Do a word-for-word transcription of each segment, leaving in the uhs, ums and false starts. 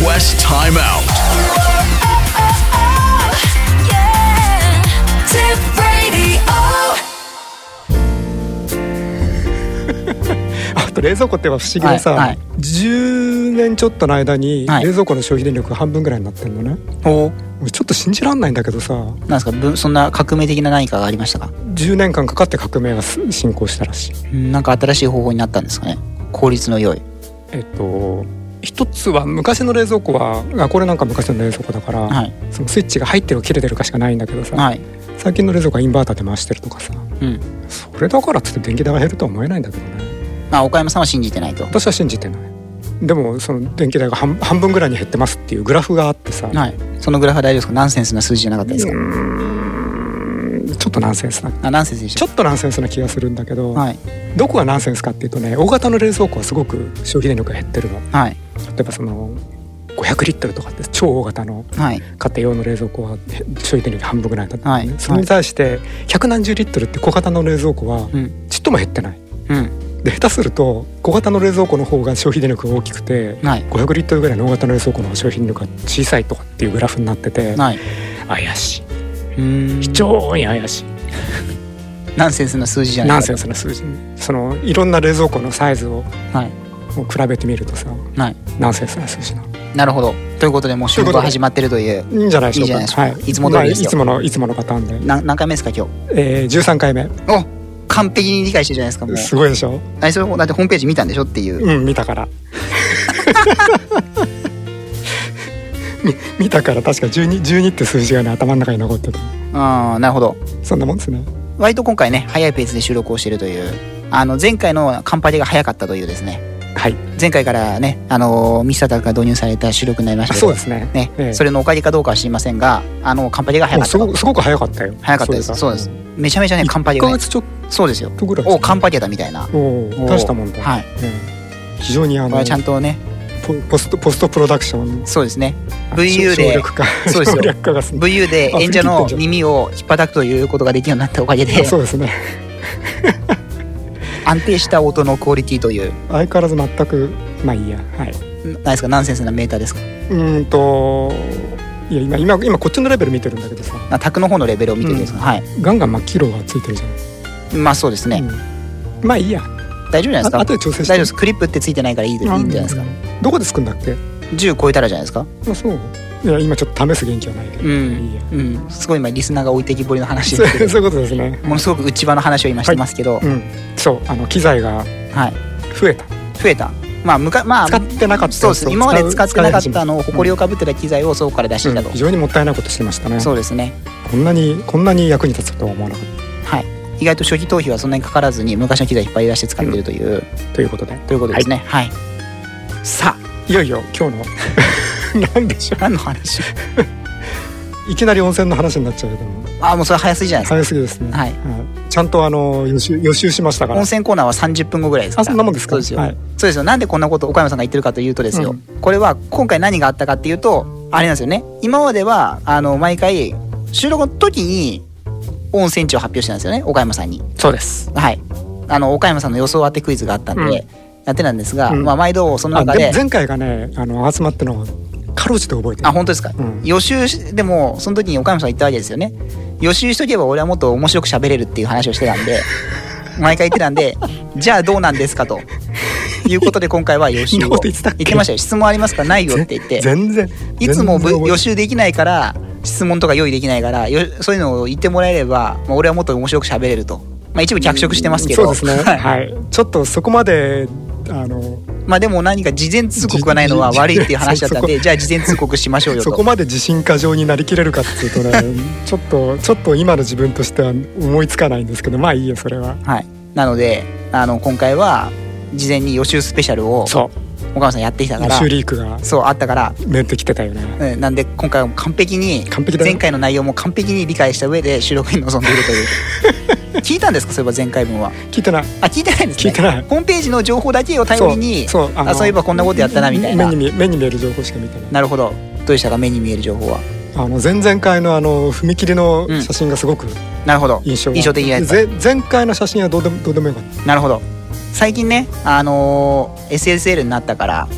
Request time out. Tip Radio あと冷蔵庫っては不思議でさ、 はいはい、 じゅうねんちょっとの間にはい冷蔵庫の消費電力が半分ぐらいになってんのね。 お俺ちょっと信じらんないんだけどさ、 なんですか、ぶそんな革命的な何かがありましたか？ じゅうねんかんかかって革命が進行したらしい。 んなんか新しい方法になったんですかね、効率の良い。 えっと一つは昔の冷蔵庫はあこれなんか昔の冷蔵庫だから、 はい、 そのスイッチが入ってる切れてるかしかないんだけどさ、 はい、 最近の冷蔵庫はインバーターで回してるとかさ、 うん、 それだからっつって電気代が減るとは思えないんだけどね。 まあ岡山さんは信じてないと。 私は信じてない。でもその電気代が 半, 半分ぐらいに減ってますっていうグラフがあってさ、 はい、そのグラフは大丈夫ですか？ナンセンスな数字じゃなかったですか？ うーんちょっとナンセンスなあ、ナンセンスでした。 ちょっとナンセンスな気がするんだけど、 はい、 どこがナンセンスかっていうとね、大型の冷蔵庫はすごく消費電力が減ってるの。 はい、 例えばそのごひゃくリットルとかって超大型のはい、 家庭用の冷蔵庫は消費電力半分ぐらいだったんだよね、 はい、 それに対して百何十リットルって小型の冷蔵庫はうん、 ちっとも減ってない、 うん、 で下手すると小型の冷蔵庫の方が消費電力が大きくて、 はい、 ごひゃくリットルぐらいの大型の冷蔵庫の消費電力が小さいとかっていうグラフになってて、 はい、 怪しい、 うーん非常に怪しいナンセンスな数字じゃないかと。 ナンセンスな数字。そのいろんな冷蔵庫のサイズをはい、 比べてみるとさ、 はい、 ナンセンスな数字なの。 なるほど。ということでもう収録が始まってるという。 いいんじゃないでしょうか。 いいじゃないでしょうか、 はい、 いつも通りですよ、 まあ、いつものいつものパターンで。 な何回目ですか今日？ えー、じゅうさんかいめ。 お、完璧に理解してるじゃないですか。もうすごいでしょ。 あ、それだってホームページ見たんでしょっていう。 うん見たから見, 見たから確かじゅうに、じゅうにって数字がね頭の中に残ってた。 ああ、なるほど。 そんなもんですね。 割と今回ね早いペースで収録をしているという、あの前回のカンパケが早かったというですね。 はい。 前回からね、あのミスタータクが導入された収録になりましたけど、 そうですね。 ね、 ええ、 それのおかげかどうかは知りませんが、あのカンパケが早かった。 すごくすごく早かったよ。 早かったです。そうです。めちゃめちゃねカンパケが、ね、 いっかげつちょっそうですよ。 とぐらい、 おカンパケだみたいな。 お大したもんだ。 はい。 ええ、非常にあのこれちゃんとね。 ポストポストプロダクション。 そうですね。ブイユー でそうですよ。ブイユー で演者の耳を引っ叩くということができるようになったおかげで。 そうですね。 安定した音のクオリティという。 相変わらず全くまあいいや。はい。 何ですか、ナンセンスなメーターですか？ うんといや今今今こっちのレベル見てるんだけどさ。 タクの方のレベルを見てるんですか？うん、はい。 ガンガンまあキロがついてるじゃん。 まあそうですね。 うん、まあいいや。 大丈夫じゃないですか。 あとで調整して。 大丈夫です。クリップってついてないからいいいいんじゃないですか。 どこでつくんだっけ？ じゅう超えたらじゃないですか。 あ、そう。いや今ちょっと試す元気はないけど、 うん、 いいや、 うん、すごい今リスナーが置いてきぼりの話ですけどそういうことですね。 ものすごく内場の話を今してますけど、 はい、うん、そうあの機材が増えた、 はい、増えた。まあむかまあ使ってなかった。 そうです。今まで使ってなかったのを埃をかぶってた機材をそこから出してきたと、 うん、非常にもったいないことしてましたね。 そうですね。 こんなにこんなに役に立つとは思わなかった。 はい。意外と初期投費はそんなにかからずに昔の機材引っ張り出して使っているという、うん、 ということでということですね。はい。はい、さあいよいよ今日の何でしょう。 何の話？ いきなり温泉の話になっちゃうけども。 あ、もうそれ早すぎじゃないですか。 早すぎですね。 はい。 ちゃんとあの予習予習しましたから。 温泉コーナーはさんじゅっぷんごぐらいですから。 あ、そんなもんですか。 そうですよ。 はい、 そうですよ。なんでこんなこと岡山さんが言ってるかというとですよ。 うん、 これは今回何があったかっていうとあれなんですよね。今まではあの毎回収録の時に温泉地を発表してたんですよね。岡山さんに。 そうです。 はい。あの岡山さんの予想当てクイズがあったんで、うん、やってたんですが、 うん、 まあ毎度その中で前回がねあの集まってのかろうじて覚えてる。 あ、本当ですか。うん、予習でもその時に岡山さん言ったわけですよね。予習しとけば俺はもっと面白く喋れるっていう話をしてたんで毎回言ってたんでじゃあどうなんですかということで今回は予習を言ってましたよ。質問ありますか？ないよって言って。 全然いつも予習できないから質問とか用意できないからよそういうのを言ってもらえれば、まあ、俺はもっと面白く喋れると、まあ、一部脚色してますけど、 うん、そうですね、はい、ちょっとそこまであのまあでも何か事前通告がないのは悪いっていう話だったんでじゃあ事前通告しましょうよと。 そこまで自信過剰になりきれるかっていうとねちょっとちょっと今の自分としては思いつかないんですけど、まあいいよそれは。 はい。なのであの今回は事前に予習スペシャルを岡山さんやってきたから、 予習リークがそうあったからメンテ来てたよね、 うん、なんで今回は完璧に完璧だ前回の内容も完璧に理解した上で収録に臨んでいるという聞いたんですか？そういえば前回分は聞いてない。 あ、聞いてないんですね。 聞いてない。 ホームページの情報だけを頼りにそうそう、ああそういえばこんなことやったなみたいな目に見、目に見える情報しか見てない。 なるほど。どうでしたか？目に見える情報は。 あの前々回のあの踏切の写真がすごく、うん、 なるほど印象印象的なやつ。 前回の写真はどうでもどうでもよかった。 なるほど。最近ね、あのー、エスエスエル になったから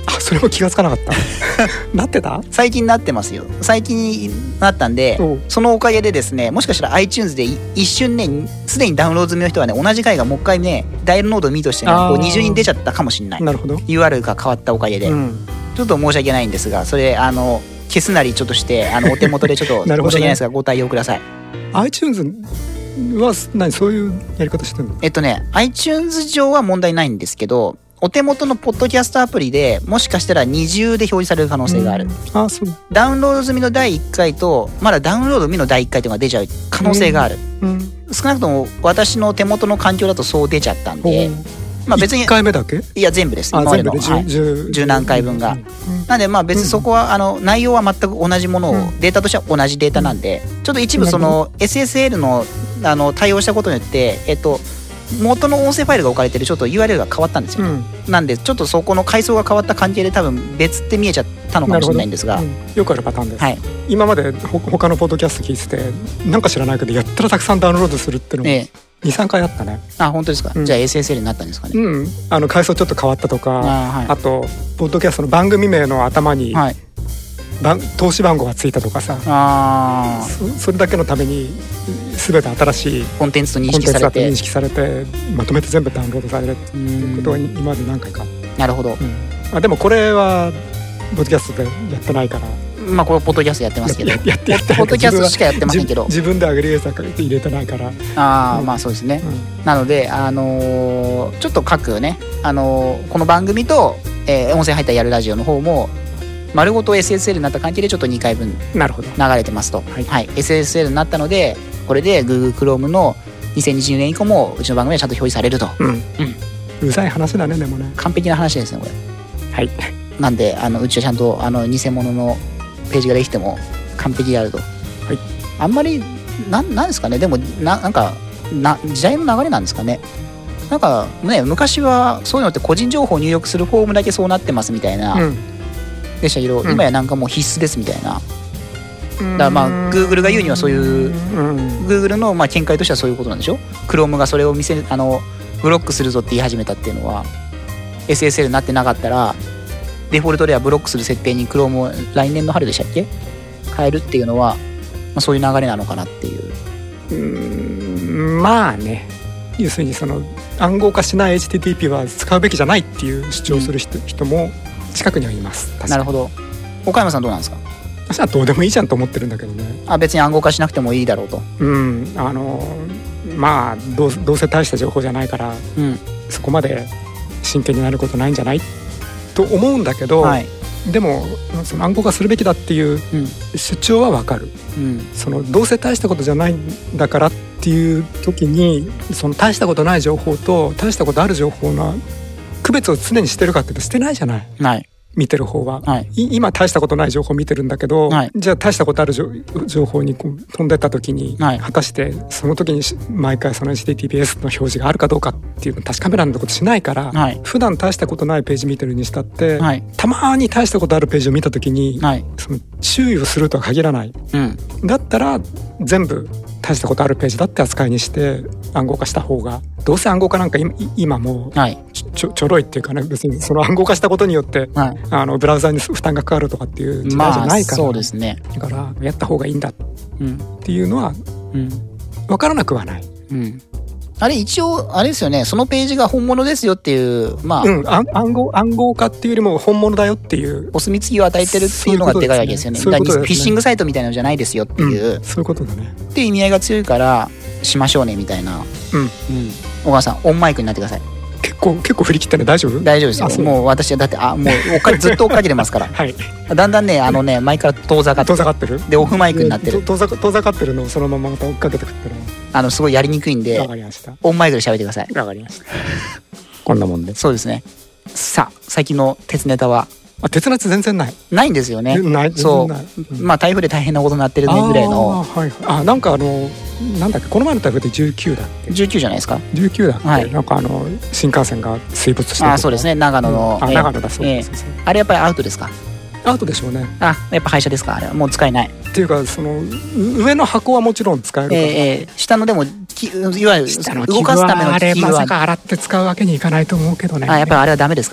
あ、それも気がつかなかったなってた？ 最近なってますよ。最近になったんで、そのおかげでですね、もしかしたら iTunes で一瞬ね、すでにダウンロード済みの人はね、同じ回がもう一回ね、ダイヤルノードミーとしてね、こう二重に出ちゃったかもしれない。 なるほど。 ユーアール が変わったおかげで、うん、ちょっと申し訳ないんですが、それあの消すなりちょっとしてあのお手元でちょっと申し訳ないですがご対応ください。 iTunes は何、そういうやり方してるの？ えっとね iTunes 上は問題ないんですけど、お手元のポッドキャストアプリでもしかしたら二重で表示される可能性がある、 うん、あ、そう。 ダウンロード済みのだいいっかいとまだダウンロード済みのだいいっかいというのが出ちゃう可能性がある、うんうん、少なくとも私の手元の環境だとそう出ちゃったんで、まあ、別にいっかいめだけ？ いや全部です、今までのはい、十何回分が、うん、なんでまあ別にそこはあの内容は全く同じものを、うん、データとしては同じデータなんで、ちょっと一部その エスエスエル の, あの対応したことによってえっと元の音声ファイルが置かれてるちょっと ユーアールエル が変わったんですよ、うん、なんでちょっとそこの階層が変わった関係で多分別って見えちゃったのかもしれないんですが、うん、 よくあるパターンです、 はい、 今までほ他のポッドキャスト聞いててなんか知らないけどやったらたくさんダウンロードするっていうのも、ええ、にさんかいあったね。 あ、本当ですか、うん、じゃあ エスエスエル になったんですかね。 うん、あの階層ちょっと変わったとか、あ、はい、あとポッドキャストの番組名の頭に、はい、投資番号がついたとかさ、あ そ, それだけのために全て新しいコンテンツと認識されて認識されてまとめて全部ダウンロードされるっていうことは今まで何回か。 なるほど、うん、 あでもこれはポッドキャストでやってないから、 まあこれポッドキャストやってますけど、 ややってやってポッドキャストしかやってませんけど、 自分でアグリゲーター入れてないから。 ああ、うん、まあそうですね、うん、なのであのー、ちょっと各ね、あのー、この番組と、えー、音声入ったやるラジオの方も丸ごと エスエスエル になった関係でちょっとにかいぶん流れてますと、はいはい、エスエスエル になったのでこれで Google Chrome のにせんにじゅうねん以降もうちの番組はちゃんと表示されると、うんうん、 うざい話だね。でもね完璧な話ですねこれ。 はい。 なんであのうちはちゃんとあの偽物のページができても完璧であると、はい、あんまりな ん, なんですかね。でも な, なんかな時代の流れなんですかね。なんかね昔はそういうのって個人情報を入力するフォームだけそうなってますみたいな、うんでしたけど、うん、今やなんかもう必須ですみたいな。だからまあ Google が言うにはそういう、うん、Google のまあ見解としてはそういうことなんでしょ。 Chrome がそれを見せあのブロックするぞって言い始めたっていうのは エスエスエル になってなかったらデフォルトではブロックする設定に Chrome を来年の春でしたっけ変えるっていうのは、まあ、そういう流れなのかなっていう。 うーんまあね、要するにその暗号化しない エイチティーティーピー は使うべきじゃないっていう主張する 人,、うん、人も近くにはいます。 なるほど。岡山さんどうなんですか？ 私はどうでもいいじゃんと思ってるんだけどね。 あ、別に暗号化しなくてもいいだろうと。 うんあのまあど う, どうせ大した情報じゃないから、うん、そこまで真剣になることないんじゃないと思うんだけど、はい、でもその暗号化するべきだっていう主張はわかる、うん、そのどうせ大したことじゃないんだからっていう時にその大したことない情報と大したことある情報の区別を常にしてるかって言うとしてないじゃない。 ない。 見てる方は、 はい、 今大したことない情報を見てるんだけど、はい、じゃあ大したことある情報にこう飛んでった時に、はい、果たしてその時に毎回その エイチティーティーピーエス の表示があるかどうかっていうのを確かめられることしないから、はい、普段大したことないページ見てるにしたって、はい、たまに大したことあるページを見た時に、はい、その注意をするとは限らない、うん、だったら全部大したことあるページだって扱いにして暗号化した方が、どうせ暗号化なんか今もうち ょ, ちょろいっていうかね、別にその暗号化したことによって、はい、あのブラウザに負担がかかるとかっていう時代じゃないから、まあ、そうですね。だからやった方がいいんだっていうのは、うん、分からなくはない、うん、 あれ一応あれですよね、そのページが本物ですよっていうまあ、 うん、暗号暗号化っていうよりも本物だよっていうお墨付きを与えてるっていうのがでかいわけですよね。そういうことですね。フィッシングサイトみたいなのじゃないですよっていう、 うん、そういうことだねっていう意味合いが強いからしましょうねみたいな。うん、うん、小川さんオンマイクになってください。 結構結構振り切ったね。大丈夫？ 大丈夫ですよ。もう私はだってあもうおかずっと追っかけてますから、はい、だんだんねあのね前から遠ざかって遠ざかってるでオフマイクになってる。 遠ざか遠ざかってるのをそのまままた追っかけてくってるのあのすごいやりにくいんで、 わかりました。 オンマイクで喋ってください。 わかりましたこんなもんで。 そうですね。さあ最近の鉄ネタはあ鉄熱全然ないないんですよね。 ないそうない、 うん、まあ台風で大変なことになってるねぐらいの。 あ、はい、あなんかあのなんだっけこの前の台風でじゅうきゅうだっけじゅうきゅうじゃないですか。 じゅうきゅうだっけ、はい、なんかあの新幹線が水没してる。 あそうですね長野の、 うん、あ長野だそうです、 えー、あれやっぱりアウトですか。 アウトでしょうね。 あやっぱ廃車ですか。あれはもう使えないっていうかその上の箱はもちろん使えるから、 えー、下のでもきいわゆる動かすためのあれまさか洗って使うわけにいかないと思うけどね。 あやっぱりあれはダメですか。もう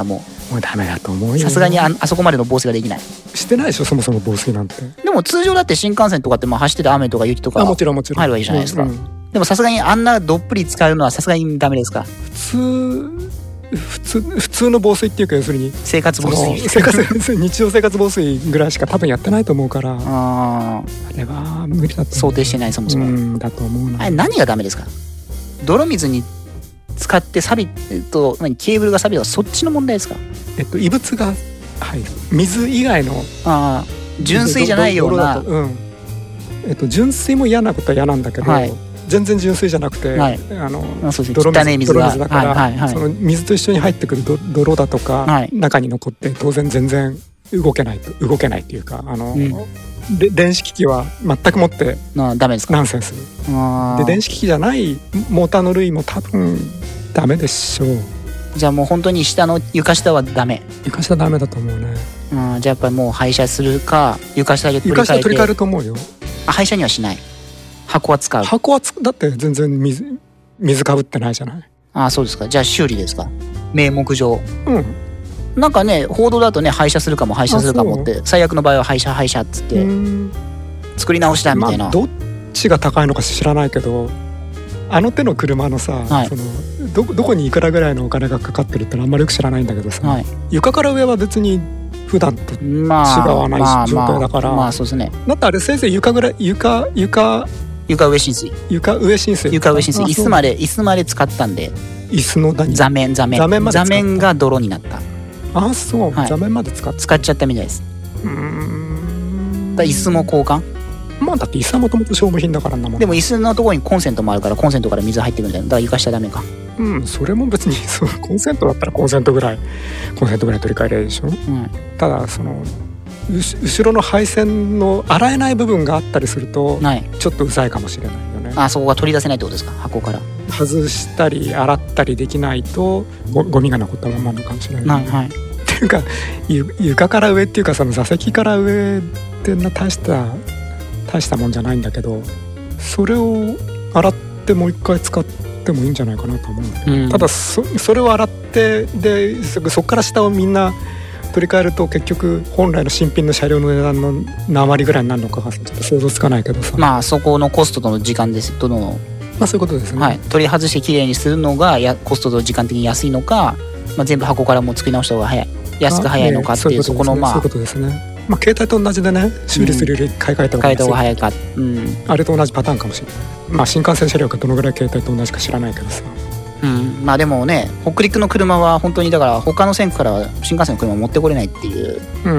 もうダメだと思うよ。 さすがに あ, あそこまでの防水ができない。 してないでしょそもそも防水なんて。 でも通常だって新幹線とかってまあ走ってて雨とか雪とかあもちろんもちろん入るわけじゃないですか、 うんうん、 でもさすがにあんなどっぷり使うのはさすがにダメですか。 普通普通普通の防水っていうか要するに生活防水生活日常生活防水ぐらいしか多分やってないと思うから、ああれは無理だと想定してないそもそも、 うん、だと思うな。 あれ何がダメですか。泥水に使って錆びと何ケーブルが錆びるそっちの問題ですか。 えっと異物が入る水以外のあ純水じゃないような、 うん、えっと純水も嫌なことは嫌なんだけど、はい、全然純水じゃなくて、はい、あの泥水、汚い水が泥水だから、はいはいはい、その水と一緒に入ってくる泥だとか、はい、中に残って当然全然動けないと動けないっていうかあの、うん、で電子機器は全くもってダメですか。 ナンセンスで電子機器じゃないモーターの類も多分ダメでしょう。 じゃあもう本当に下の床下はダメ。 床下ダメだと思うね。 うん、じゃあやっぱりもう廃車するか床下で取り替えて。 床下取り替えると思うよ。 あ廃車にはしない。箱は使う。 箱はつだって全然水水かぶってないじゃない。 ああそうですか。じゃあ修理ですか名目上。 うんなんかね報道だとね廃車するかも廃車するかもって最悪の場合は廃車廃車っつって作り直したみたいな、 まあ、どっちが高いのか知らないけどあの手の車のさ、はい、その ど, どこにいくらぐらいのお金がかかってるってのはあんまりよく知らないんだけどさ、はい、床から上は別に普段と違わない、まあ、状態だから、まあまあまあそうですね、だってあれせいぜい床ぐらい床床床上浸水床上浸水床上浸水椅子まで椅子まで使ったんで椅子の何座面座面座面まで使った。 座面が泥になった。 あそう、はい、座面まで使っ使っちゃったみたいです。うーんだ椅子も交換。 まあだって椅子はもともと消耗品だからなもん。 でも椅子のところにコンセントもあるからコンセントから水入ってくるんだよ。だから床下ダメか。 うんそれも別にそうコンセントだったらコンセントぐらいコンセントぐらい取り替えれるでしょ、うん、ただその後ろの配線の洗えない部分があったりするとちょっとうざいかもしれないよね。 あそこが取り出せないってことですか箱から。 外したり洗ったりできないと ゴ, ゴミが残ったままなのかもしれない、ね、 はい、 っていうか床から上っていうかその座席から上ってな大した大したもんじゃないんだけどそれを洗ってもう一回使ってもいいんじゃないかなと思うんだけど、うん、ただ そ, それを洗ってで そ, そこから下をみんな取り替えると結局本来の新品の車両の値段の何割ぐらいになるのかがちょっと想像つかないけどさ。 まあそこのコストとの時間ですとのまあそういうことですね、 はい、取り外してきれいにするのがやコストと時間的に安いのか、まあ、全部箱からもう作り直した方が早い安く早いのかっていう、そこのまあそういうことですね。まあ携帯と同じでね修理するより買い替えた方が安い、 買い替えた方が早いか、うん、 あれと同じパターンかもしれない。まあ新幹線車両がどのぐらい携帯と同じか知らないけどさ、 うん、まあでもね北陸の車は本当にだから他の線区から新幹線の車を持ってこれないっていう、うん、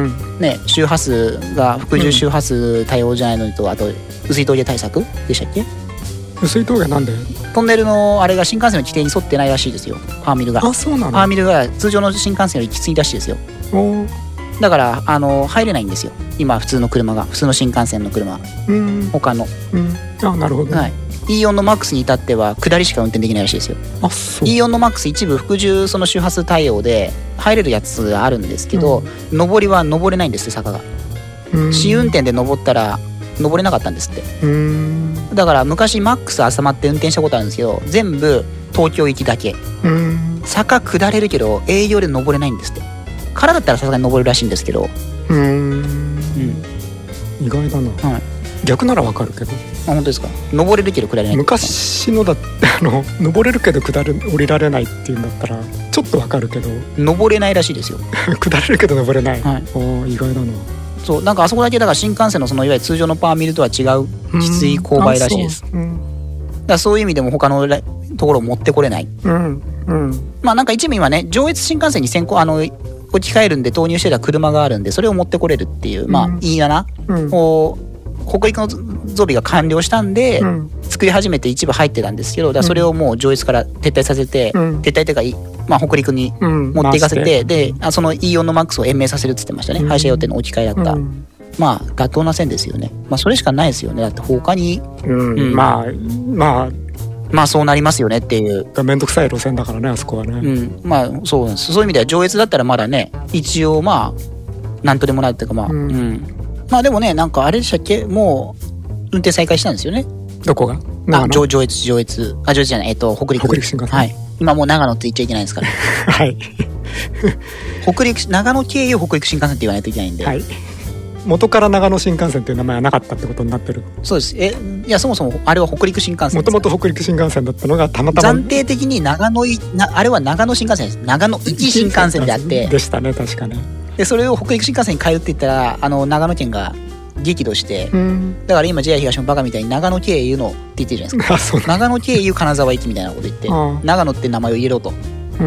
ね周波数が複重周波数対応じゃないのと、うん、あと薄い峠対策でしたっけ。 薄い峠なんでトンネルのあれが新幹線の規定に沿ってないらしいですよパーミルが。 あそうなの。 パーミルが通常の新幹線よりきついらしいですよ。 おだからあの入れないんですよ今普通の車が普通の新幹線の車、うん、他の、 うん、あなるほど、 はい、イーよん のマックスに至っては下りしか運転できないらしいですよ。 あそう。 イーよん のマックス一部複重その周波数対応で入れるやつがあるんですけど、うん、上りは上れないんですって坂が。試運転で上ったら上れなかったんですって。うーんだから昔マックス朝まって運転したことあるんですけど全部東京行きだけ。うーん坂下れるけど営業で上れないんですって。からだったらさすがに上るらしいんですけど。うーん、うん、 意外だな、はい、逆ならわかるけど。 あ本当ですか。登れるけど下れない。 昔のだってあの登れるけど下る降りられないっていうんだったらちょっとわかるけど登れないらしいですよ下れるけど登れない、はい、お意外だな。 そうなんかあそこだけだから新幹線のそのいわゆる通常のパーミルとは違うきつい勾配らしいです。 そう、うん、だからそういう意味でも他のところを持ってこれない、うんうん、まあなんか一部今ね上越新幹線に先行あの置き換えるんで投入してた車があるんでそれを持ってこれるっていう、うん、まあいいなな、うん、を北陸の増備が完了したんで、うん、作り始めて一部入ってたんですけどだからそれをもう上越から撤退させて、うん、撤退というか、まあ、北陸に持っていかせて、うん、でその イーよん のマックスを延命させるって言ってましたね、うん、廃車予定の置き換えだった、うん、まあ妥当な線ですよね。まあそれしかないですよね。だって他に、 うんうん、まあまあまあそうなりますよねっていう。 めんどくさい路線だからねあそこはね、 うん、まあそうなんです。そういう意味では上越だったらまだね一応まあなんとでもなるっていうかまあ、うんうん、まあでもねなんかあれでしたっけもう運転再開したんですよね。 どこが。 あ上上越上越あ上越じゃないえっと北陸北陸新幹線、 はい、今もう長野って言っちゃいけないですからはい北陸長野経由北陸新幹線って言わないといけないんで、 はい、元から長野新幹線っていう名前はなかったってことになってる。 そうです。えいやそもそもあれは北陸新幹線です。 もともと北陸新幹線だったのがたまたま暫定的に長野いなあれは長野新幹線です。長野一新幹線であってでしたね、確かね。 でそれを北陸新幹線に変えるって言ったらあの長野県が激怒して、うん、だから今 ジェイアール 東もバカみたいに長野経由のって言ってるじゃないですか。あ、そう長野経由金沢行きみたいなこと言って長野って名前を入れろと。うん、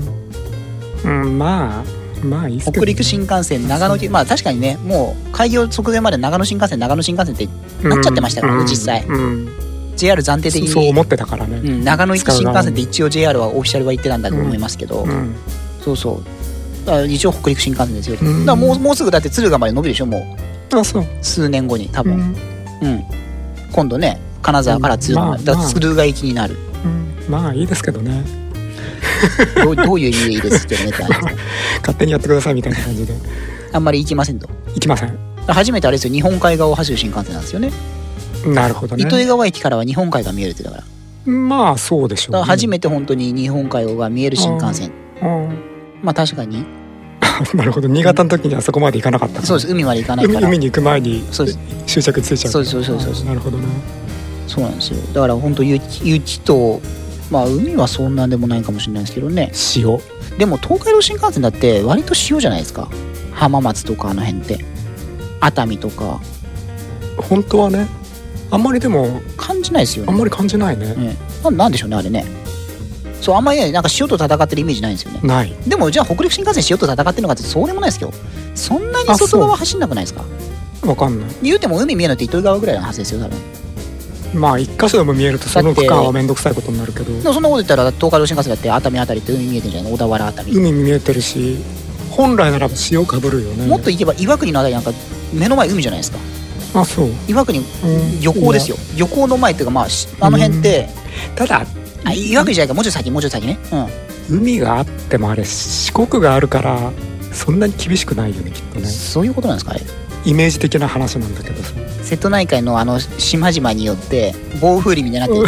うん、まあまあいいっすけど、ね、 北陸新幹線長野経由、まあ確かにねもう開業直前まで長野新幹線長野新幹線ってなっちゃってましたからね、うん、実際、うん、ジェイアール 暫定的にそう思ってたからね、 うん、長野行き新幹線って一応 ジェイアール はオフィシャルは言ってたんだと思いますけど、うんうん、そうそうだから一応北陸新幹線ですよ、うん、だからもう、もうすぐだって敦賀まで伸びるでしょもう。あ、そう数年後に多分、うんうん、今度ね金沢から敦賀まで、うん、だから敦賀行きになる、 うん、まあいいですけどねど, うどういう意味でいいですってねって勝手にやってくださいみたいな感じであんまり行きませんと。 行きません。 初めてあれですよ日本海側を走る新幹線なんですよね。 なるほどね。 糸魚川駅からは日本海が見えるってだからまあそうでしょう、ね、 だから初めて本当に日本海が見える新幹線。まあ確かになるほど。新潟の時にはそこまで行かなかった。 そうです。海まで行かないから海, 海に行く前に終着ついちゃう。 そうですそうですそうです。 なるほどね。 そうなんですよ。だから本当 雪, 雪とまあ海はそんなんでもないかもしれないですけどね。 塩。 でも東海道新幹線だって割と塩じゃないですか。浜松とかあの辺って熱海とか本当はねあんまりでも感じないですよね。 あんまり感じないね。 ね な, なんでしょうねあれね。そうあんまりねなんか塩と戦ってるイメージないんですよね。 ない。でもじゃあ北陸新幹線塩と戦ってるのかってそうでもないですけどそんなに外側走んなくないですか。 わかんない。 言うても海見えるのって糸魚川ぐらいのはずですよ多分。 まあ一箇所でも見えるとその区間は面倒くさいことになるけど。 でもそんなこと言ったら東海道新幹線だって熱海あたりって海見えてるじゃない。小田原あたり海見えてるし本来ならば塩かぶるよね。 もっと行けば岩国のあたりなんか目の前海じゃないですか。 あそう岩国漁港ですよ。漁港の前っていうかまああの辺って、 うん、ただあ岩国じゃないかもうちょっと先もうちょっと先ね、 うん、海があってもあれ四国があるからそんなに厳しくないよねきっとね。 そういうことなんですかね。 イメージ的な話なんだけどさ瀬戸内海のあの島々によって暴風里みたいにな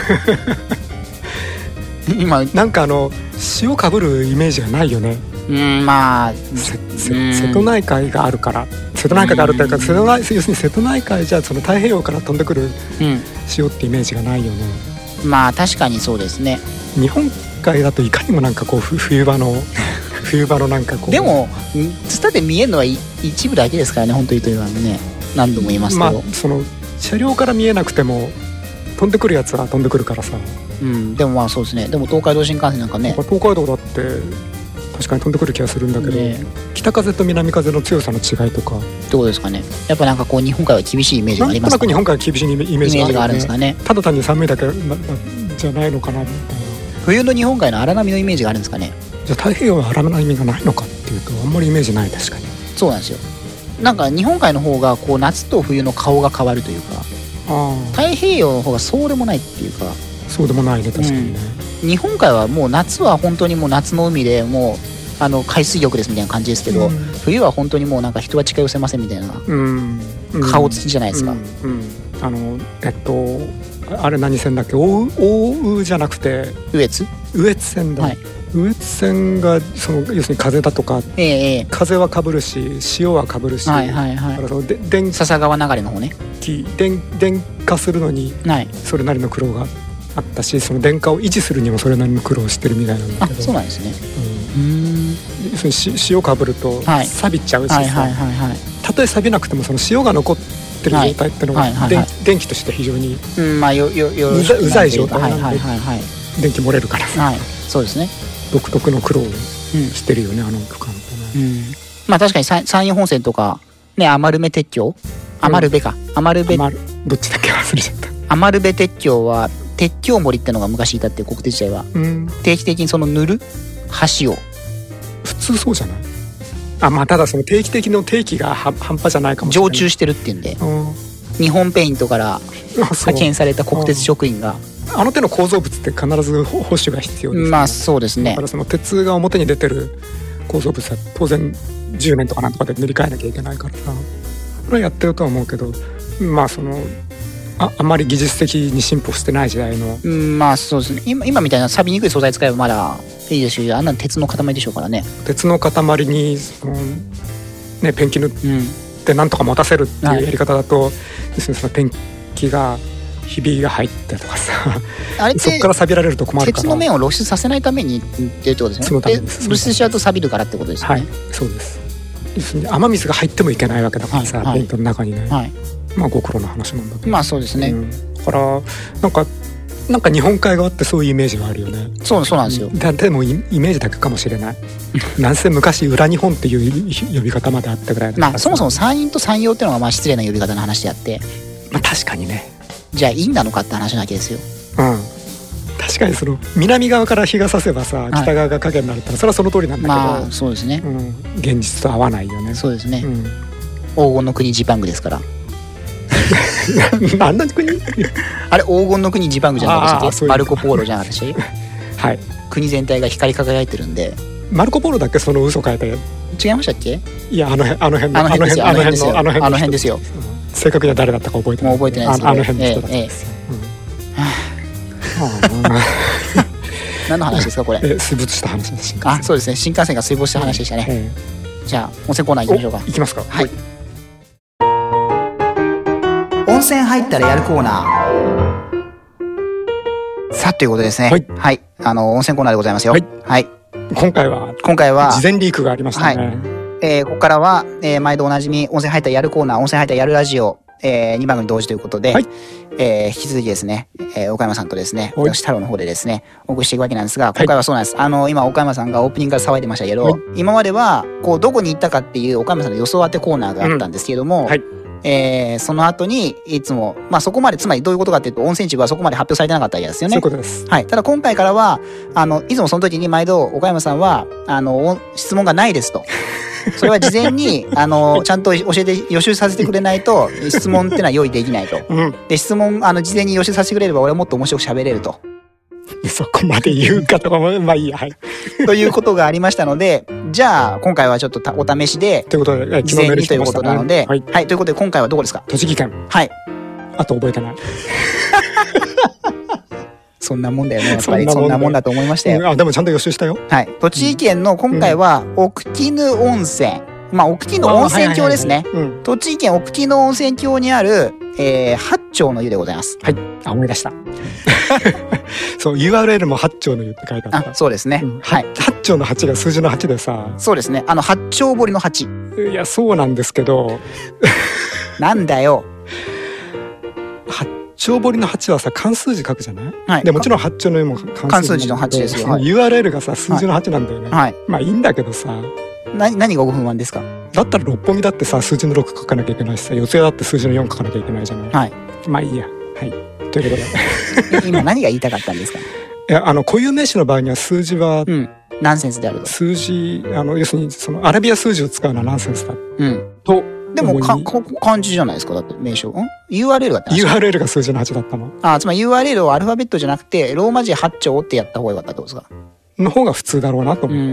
っていて今なんかあの塩かぶるイメージがないよね。 うんまあ瀬戸内海があるから瀬戸内海があるっていうか瀬戸内要するに瀬戸内海じゃその太平洋から飛んでくる塩ってイメージがないよね、 うん、まあ確かにそうですね。 日本海だといかにもなんかこう冬場の冬場のなんかこうでもツタで見えるのは一部だけですからね本当にというのはね何度も言いますけど、 まあ、その車両から見えなくても飛んでくるやつは飛んでくるからさ、 うん、でもまあそうですね。でも東海道新幹線なんかね東海道だって確かに飛んでくる気がするんだけど、ね、北風と南風の強さの違いとかどうですかね。やっぱなんかこう日本海は厳しいイメージがありますか。 なんとなく日本海は厳しいイメージがある、ね、 があるんですかね。 ただ単に寒いだけじゃないのかなみたいな。 冬の日本海の荒波のイメージがあるんですかね。 じゃあ太平洋は荒波がないのかっていうとあんまりイメージない。確かにそうなんですよ。なんか日本海の方がこう夏と冬の顔が変わるというかあ太平洋の方がそうでもないっていうかそうでもないね確かにね、 うん、日本海はもう夏は本当にもう夏の海でもうあの海水浴ですみたいな感じですけど、うん、冬は本当にもうなんか人は近寄せませんみたいな、うんうん、顔つきじゃないですか、うんうん、 あのえっとあれ何線だっけ大羽じゃなくて羽越羽越線だ、はい、羽越線がその要するに風だとか、えー、風はかぶるし潮はかぶるし、はいはいはい、だからそので電笹川流れの方ね電電化するのにそれなりの苦労があったしその電化を維持するにもそれなりの苦労をしてるみたいなんだけど。 あそうなんですね、うん、 うん要するに塩かぶると錆びちゃうしさ、はいはいはいはい、たとえ錆びなくてもその塩が残ってる状態っていうのが、はいはいはいはい、電気として非常に、 うんまあ、よよようざ、うざい状態なんで、はいはいはい、電気漏れるからさ、 はい、そうですね。 独特の苦労をしてるよね、うん、あの区間ってね、 うん、まあ確かに山陰本線とかね余部鉄橋余部か余部どっちだっけ忘れちゃった。 余部鉄橋は鉄橋森ってのが昔いたっていう国鉄時代は、うん、定期的にその塗る橋を普通そうじゃない。あまあただその定期的の定期が半端じゃないかもしれない。 常駐してるっていうんで、うん、日本ペイントから派遣された国鉄職員があの手の構造物って必ず保守が必要です、ね、 まあそうですね。 だからその鉄が表に出てる構造物は当然じゅうねんとかなんとかで塗り替えなきゃいけないからさこれはやってるとは思うけどまあその あ, あまり技術的に進歩してない時代の、 うん、まあそうですね。 今, 今みたいな錆びにくい素材使えばまだいいですよ。あんな鉄の塊でしょうからね。 鉄の塊にその、ね、ペンキ塗ってなんとか持たせるっていうやり方だと、うん、要するにそのペンキがひびが入ってとかさ、あれってそこから錆びられると困るから、 鉄の面を露出させないためにっていうってことですね。そのためです。露出しちゃうと錆びるからってことですよね。 はい、そうです。要するに雨水が入ってもいけないわけだからさ、はいはい、ペイントの中にね、はい、まあご苦労な話なんだけど、 まあそうですね、うん、 だからなんかなんか日本海側ってそういうイメージがあるよね。 そうそうなんですよ。 だでもイメージだけかもしれない。なんせ昔裏日本っていう呼び方まであったぐらいだから、 まあ、そもそも山陰と山陽っていうのがまあ失礼な呼び方の話であって、 まあ確かにね。 じゃあ陰なのかって話なわけですよ。 うん。確かにその南側から日が差せばさ、北側が影になるってそれはその通りなんだけど、 まあそうですね、 うん、現実と合わないよね。 そうですね、うん、黄金の国ジパングですから。 何の国あれ黄金の国ジパングじゃなかったっけ。マルコポーロじゃなかったしはい、 国全体が光り輝いてるんで。 マルコポーロだっけその嘘書いたよ。 違いましたっけ。 いやあの辺あの辺あの辺ですよ。あの辺ですよ。あの辺ですよ。 正確には誰だったか覚えてない。 もう覚えてないですけど、 あの辺の人だったんですよ。 何の話ですかこれ。 え水没した話です。 あ、そうですね。新幹線が水没した話でしたね、ええ、じゃあ温泉コーナー行きましょうか。 行きますか。 はい、温泉入ったらやるコーナー。さあということですね。はい、はい、あの温泉コーナーでございますよ。はい、はい、 今回は今回は事前リークがありましたね。はい、 えー、ここからは、えー、毎度おなじみ温泉入ったらやるコーナー、温泉入ったらやるラジオ、えー、にばん組同時ということで、はい、えー、引き続きですね、えー、岡山さんとですね、私太郎の方でですねお送りしていくわけなんですが、今回はそうなんです、はい、あの今岡山さんがオープニングから騒いでましたけど、はい、今まではこうどこに行ったかっていう岡山さんの予想当てコーナーがあったんですけれども、うん、はい、えー、その後にいつもまあそこまで、つまりどういうことかっていうと温泉地はそこまで発表されてなかったわけですよね。 そういうことです。 はい。ただ今回からはあのいつもその時に毎度岡山さんはあの質問がないですと。それは事前にあのちゃんと教えて予習させてくれないと質問ってのは用意できないと、うん、で質問あの事前に予習させてくれれば俺はもっと面白く喋れると。 そこまで言うかとかもまあいいや、はい、 ということがありましたので、じゃあ今回はちょっとお試しでということで事前にということなので、はい、はい、ということで今回はどこですか。 栃木県。 はい。 あと覚えてない。 そんなもんだよね。やっぱりそんなもんだと思いましたよ。 うん、あでもちゃんと予習したよ。 はい。栃木県の今回は奥鬼怒温泉。まあ奥鬼怒温泉郷ですね。栃木県奥鬼怒温泉郷にある、えー、八丁の湯でございます。 はい。あ、思い出した。そう ユーアールエル も八丁の湯って書いてあった。 あ、そうですね。うん、 はい。八丁の八が数字の八でさ。 そうですね。あの八丁堀の八。 いやそうなんですけど。 なんだよ。 八丁堀の八はさ漢数字書くじゃない、はい、でもちろん八丁の湯も漢数字の八ですよ、はい、 ユーアールエル がさ数字の八なんだよね、はい、まあいいんだけどさ、 な何がご不満ですか。 だったら六本木だってさ数字のろく書かなきゃいけないしさ、四谷だって数字のよん書かなきゃいけないじゃない、はい、まあいいや、はい、ということで今何が言いたかったんですか。 いやあの固有名詞の場合には数字は、うん、 ナンセンスであると。 数字あの要するにそのアラビア数字を使うのはナンセンスだ、うん、とでもかか漢字じゃないですか。だって名称、ん ユーアールエル がユーアールエル が数字のはちだったの。 あ、つまり ユーアールエル をアルファベットじゃなくてローマ字八丁ってやった方がよかったってことですか。 の方が普通だろうなと思う。うん、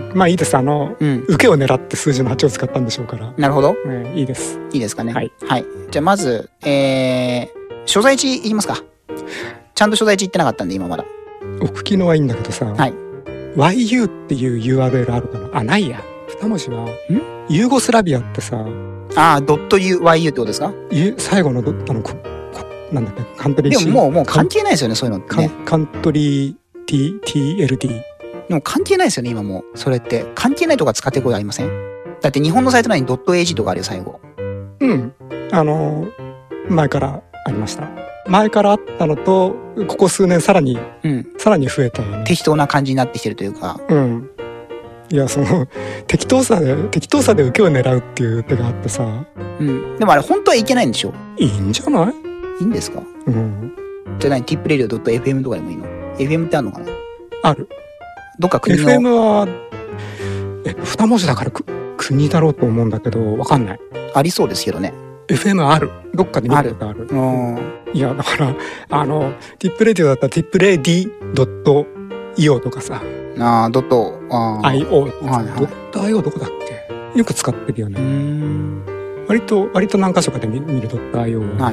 まあいいです。あの、うん、受けを狙って数字のはちを使ったんでしょうから。 なるほど、 ね、いいです。 いいですかね。はい、はい、じゃあまず、えー、所在地いきますか。ちゃんと所在地言ってなかったんで今まだ。 奥鬼怒はいいんだけどさ、はい、ワイユー っていう ユーアールエル あるかなあ。ないや、二文字はんユーゴスラビアってさああ、ドット ユーワイユー ってことですか。 最後のドあのここなんだっけカントリー。 でももうもう関係ないですよねそういうのってね。 カントリー T ティーエルディー。 でも関係ないですよね今もうそれって関係ないとか使ってることありません。だって日本のサイト内にドット エージー とかあるよ最後。 うんあの前からありました。前からあったのとここ数年さらに、うん、さらに増えたよね。 適当な感じになってきてるというか。 うん。いやその適当さで適当さで受けを狙うっていう手があってさ、 うん、でもあれ本当はいけないんでしょ。 いいんじゃない。 いいんですか。 うん。 じゃあ何 ティップレディオ ドット エフエム とかでもいいの。 エフエム ってあるのかな。 ある。 どっか国のエフエム はえ二文字だからく国だろうと思うんだけどわかんない。 ありそうですけどね。 エフエム ある。どっかで見たことある。ある。うん、いやだからあの ティップレディオ だったら ティップレディ ドット イーオー とかさ。 ああ、ドット、ああ。アイオー。はいはい、ドット アイオー どこだっけ。よく使ってるよね。うん割と、割と何箇所かで見るドット アイオー は。はい。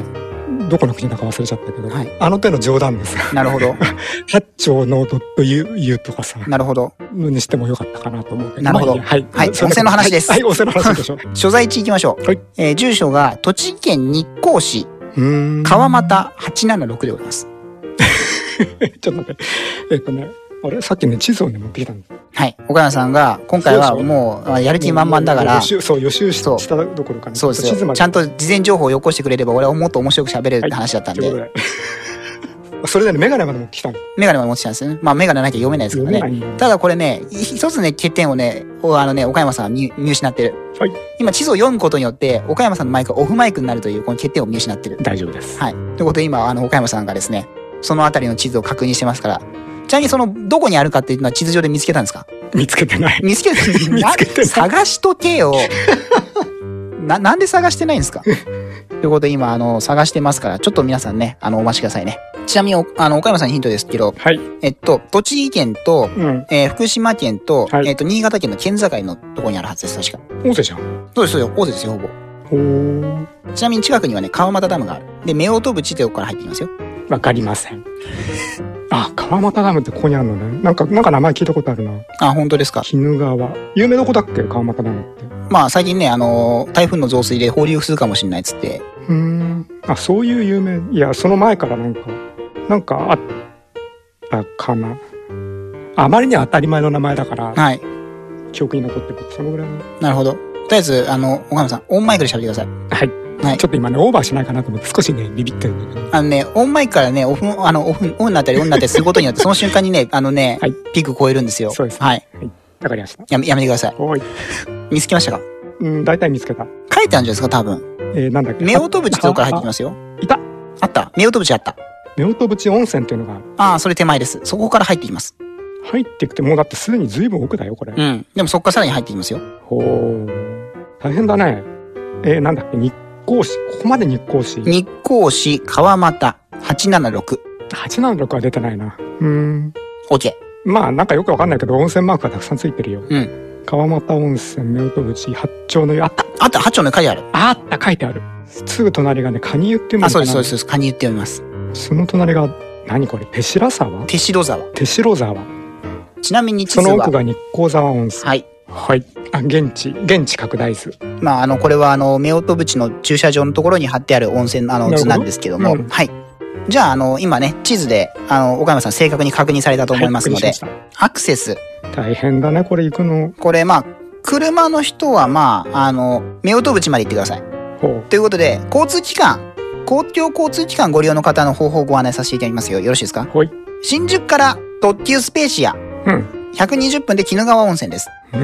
どこの国だか忘れちゃったけど、 はい、 あの手の冗談です。 なるほど。 八丁のドット U とかさ。 なるほど。 にしてもよかったかなと思うけど。 なるほど。 まあ、はい。 はい。温泉の話です。 はい、温泉の話でしょ。 所在地行きましょう。はい。えー、住所が栃木県日光市川俣はちななろくでございます。 ちょっと待って。えっとね、あれさっきね、地図をね、持ってきたんだ。 はい。岡山さんが、今回はもう、やる気満々だから。 そう、予習したどころかね。 そうですよ。ちゃんと事前情報をよこしてくれれば、俺はもっと面白く喋れるって話だったんで。はい、 それでね、メガネまで持ってきたの。 メガネまで持ってきたんですね。まあ、メガネなきゃ読めないですからね。ただこれね、一つね、欠点をね、あのね、岡山さんは見失ってる。はい。今、地図を読むことによって、岡山さんのマイクがオフマイクになるという、この欠点を見失ってる。 大丈夫です。 はい。ということで、今、あの、岡山さんがですね、そのあたりの地図を確認してますから、ちなみにその、どこにあるかっていうのは地図上で見つけたんですか？ 見つけてない。 見つけてない。見つけてない。探しとけよ。な、なんで探してないんですか？ということで今、あの、探してますから、ちょっと皆さんね、あの、お待ちくださいね。ちなみに、あの、岡山さんにヒントですけど、はい。えっと、栃木県と、うん、えー、福島県と、はい、えっと、新潟県の県境のところにあるはずです、確か。 大瀬じゃん。 そうです、そうです、大瀬ですよ、ほぼ。ほー。ちなみに近くにはね、川俣ダムがある。で、夫婦淵ってとこから入ってきますよ。 わかりません。あ、川俣ダムってここにあるのね。なんか、なんか名前聞いたことあるな。 あ、本当ですか。 鬼怒川。有名どこだっけ、川俣ダムって。 まあ、最近ね、あのー、台風の増水で放流するかもしれないっつって。 うーん。あ、そういう有名。いや、その前からなんか、なんかあったかな。あまりに当たり前の名前だから。はい。記憶に残ってる。そのぐらいの。 なるほど。とりあえず、あの、岡山さん、オンマイクで喋ってください。はい。 はい、ちょっと今ね、オーバーしないかなと思って少しね、ビビってるんだけど。 あのね、オンマイクからね、オフ、あの、オフ、オンになったりオンになったりすることによって、その瞬間にね、あのね、はい、ピーク超えるんですよ。 そうです。 はい。 はい。わかりました。 やめ、やめてください。はい。見つけましたか？ うん、大体見つけた。 書いてあるんじゃないですか、多分。 えー、なんだっけ。 夫婦淵ってとこから入ってきますよ。 いた。 あった。夫婦淵あった。 夫婦淵温泉っていうのがある。 ああ、それ手前です。そこから入ってきます。 入ってきて、もうだってすでに随分奥だよ、これ。 うん。でもそこからさらに入ってきますよ。 ほー。大変だね。えー、なんだっけ、日光市。ここまで日光市。 日光市川俣はちななろく。 はちななろくは出てないな。うーん。 OK。 まあ、なんかよくわかんないけど、温泉マークがたくさんついてるよ。うん。川俣温泉、夫婦淵、八丁の湯、あった。 あった、八丁の湯書いてある。 あった、書いてある。すぐ隣がね、蟹湯っていうのが。 あ、そうです、そうです、そうです。蟹湯って読みます。 その隣が、何これ、手白沢？ 手白沢。 手白沢。 ちなみに地図は。 その奥が日光沢温泉。 はい。 はい。あ、現地、現地拡大図。 まあ、あの、これは、あの、夫婦淵の駐車場のところに貼ってある温泉、あの、図なんですけども。うん、はい。じゃあ、あの、今ね、地図で、あの、岡山さん正確に確認されたと思いますので、はい、アクセス。 大変だね、これ行くの。 これ、まあ、車の人は、まあ、あの、夫婦淵まで行ってください。ほう。ということで、交通機関、公共交通機関ご利用の方の方法をご案内させていただきますよ。よろしいですか？はい。新宿から特急スペーシア。うん。ひゃくにじゅっぷんで鬼怒川温泉です。うん。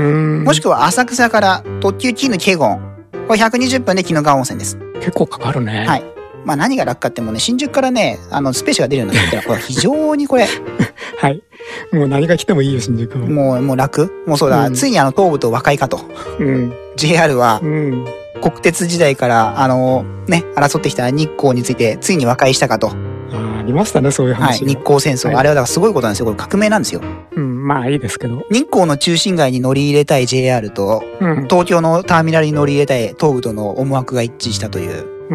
もしくは浅草から特急鬼怒華厳。これひゃくにじゅっぷんで鬼怒川温泉です。 結構かかるね。 はい。まあ何が楽かってもね、新宿からね、あの、スペーシアが出るようになったら、これ非常にこれ。 はい。もう何が来てもいいよ、新宿は。 もう、もう楽もうそうだ、うん、ついにあの、東武と和解かと。うん。ジェイアール は、うん。国鉄時代から、あの、ね、争ってきた日光について、ついに和解したかと。 ああ、ありましたね、そういう話。 はい、日光戦争。はい、あれはだからすごいことなんですよ。これ革命なんですよ。 うん、まあいいですけど。 日光の中心街に乗り入れたい ジェイアール と、うん、東京のターミナルに乗り入れたい東武との思惑が一致したという。うん。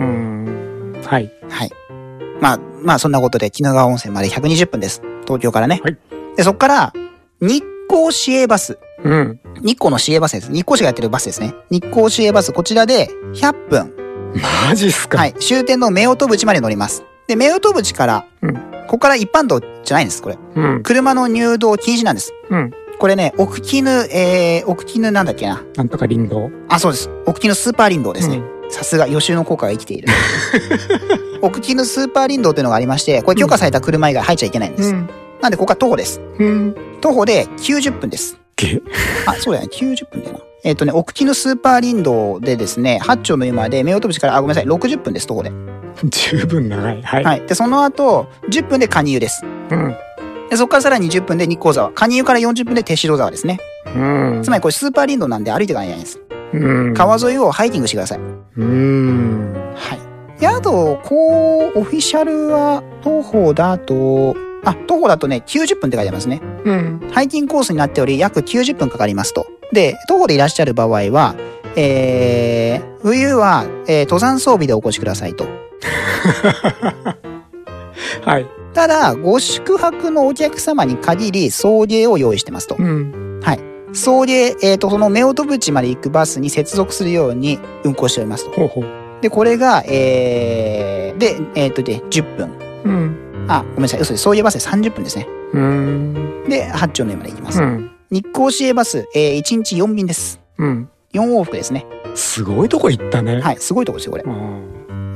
はい。はい。まあ、まあそんなことで、鬼怒川温泉までひゃくにじゅっぷんです。東京からね。はい。で、そっから、日光市営バス。うん。日光の市営バスです。日光市がやってるバスですね。日光市営バス、こちらでひゃっぷん。 マジっすか？ はい。終点の夫婦淵まで乗ります。で、夫婦淵から、うん、ここから一般道じゃないんです、これ。うん。車の入道禁止なんです。うん。これね、奥鬼怒、えー、奥鬼怒なんだっけな。 なんとか林道。 あ、そうです。奥鬼怒スーパー林道ですね。うん、さすが予習の効果が生きている。奥鬼怒スーパー林道っていうのがありまして、これ許可された車以外入っちゃいけないんです。うん、なんで、ここは徒歩です。うん。徒歩できゅうじゅっぷんです。あ、そうだよね。きゅうじゅっぷんだよな。えっとね、奥鬼怒スーパー林道でですね、八丁の湯まで、夫婦淵から、あ、ごめんなさい、ろくじゅっぷんです、徒歩で。 十分長い。はい。 はい。で、その後、じゅっぷんで蟹湯です。うん。で、そこからさらにじゅっぷんで日光沢。蟹湯からよんじゅっぷんで手代沢ですね。うん。つまりこれスーパー林道なんで歩いていかないといけないんです。うん。川沿いをハイキングしてください。うん。はい。で、あと、こう、オフィシャルは、徒歩だと、あ、徒歩だとね、きゅうじゅっぷんって書いてありますね。うん。ハイキングコースになっており、約きゅうじゅっぷんかかりますと。で、徒歩でいらっしゃる場合は、えー、冬は、えー、登山装備でお越しくださいと。 はい。 ただ、ご宿泊のお客様に限り送迎を用意してますと。 うん、 はい。送迎、えっと、その夫婦淵まで行くバスに接続するように運行しておりますと。 ほうほう。 で、これが、えー、で、えっと、で、じゅっぷん。 うん。 あ、ごめんなさい。嘘です。送迎バスでさんじゅっぷんですね。 うん。 で、八丁の湯まで行きます。 うん、 日光市営バス、えー、いちにちよんびんです。 うん。 よん往復ですね。 すごいとこ行ったね。 はい、すごいとこですよ、これ。 うん、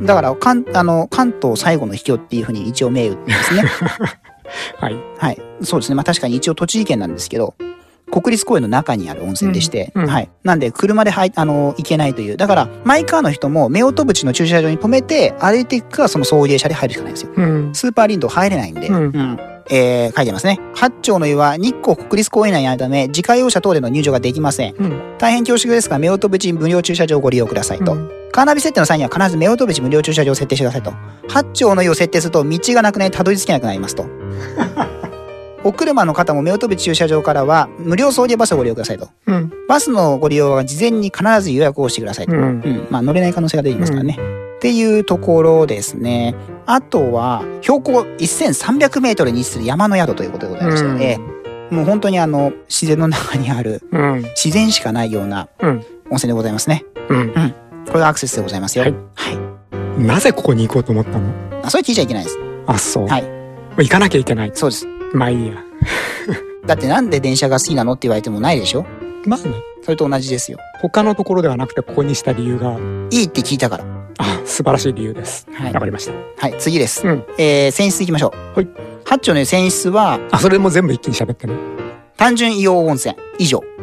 だから、関、あの、関東最後の秘境っていうふうに一応銘打ってますね。 はい。 はい。そうですね。まあ確かに一応栃木県なんですけど、国立公園の中にある温泉でして、 うんうん、 はい。なんで、車ではいあの、行けないという。だから、マイカーの人も、夫婦淵の駐車場に止めて、歩いていくか、その送迎車で入るしかないんですよ。 うん、 スーパーリンド入れないんで、 うんうん、えー、書いてますね。八丁の湯は日光国立公園内にあるため、自家用車等での入場ができません。うん、大変恐縮ですが、夫婦淵無料駐車場をご利用くださいと。うん、カーナビ設定の際には必ず夫婦淵無料駐車場を設定してくださいと。八丁の湯を設定すると、道がなくなり、たどり着けなくなりますと。お車の方も夫婦淵駐車場からは無料送迎バスをご利用くださいと。うん、バスのご利用は事前に必ず予約をしてくださいと。うん。うん、まあ乗れない可能性が出てきますからね。うん、っていうところですね。あとは、標高せんさんびゃくメートルに位置する山の宿ということでございまして、ね、うん、もう本当にあの、自然の中にある、うん、自然しかないような温泉でございますね。うん。うん。これがアクセスでございますよ。はい。はい。 なぜここに行こうと思ったの？ あ、それ聞いちゃいけないです。 あ、そう。 はい。 行かなきゃいけない。 そうです。 まあいいや。 だってなんで電車が好きなのって言われてもないでしょ？ まあね。 それと同じですよ。 他のところではなくてここにした理由が。 いいって聞いたから。 あ、素晴らしい理由です。はい。わかりました。 はい、次です。うん、えー、泉質行きましょう。はい。八丁の湯泉質は、 あ、それも全部一気に喋ってね。 単純硫黄温泉、以上。うん。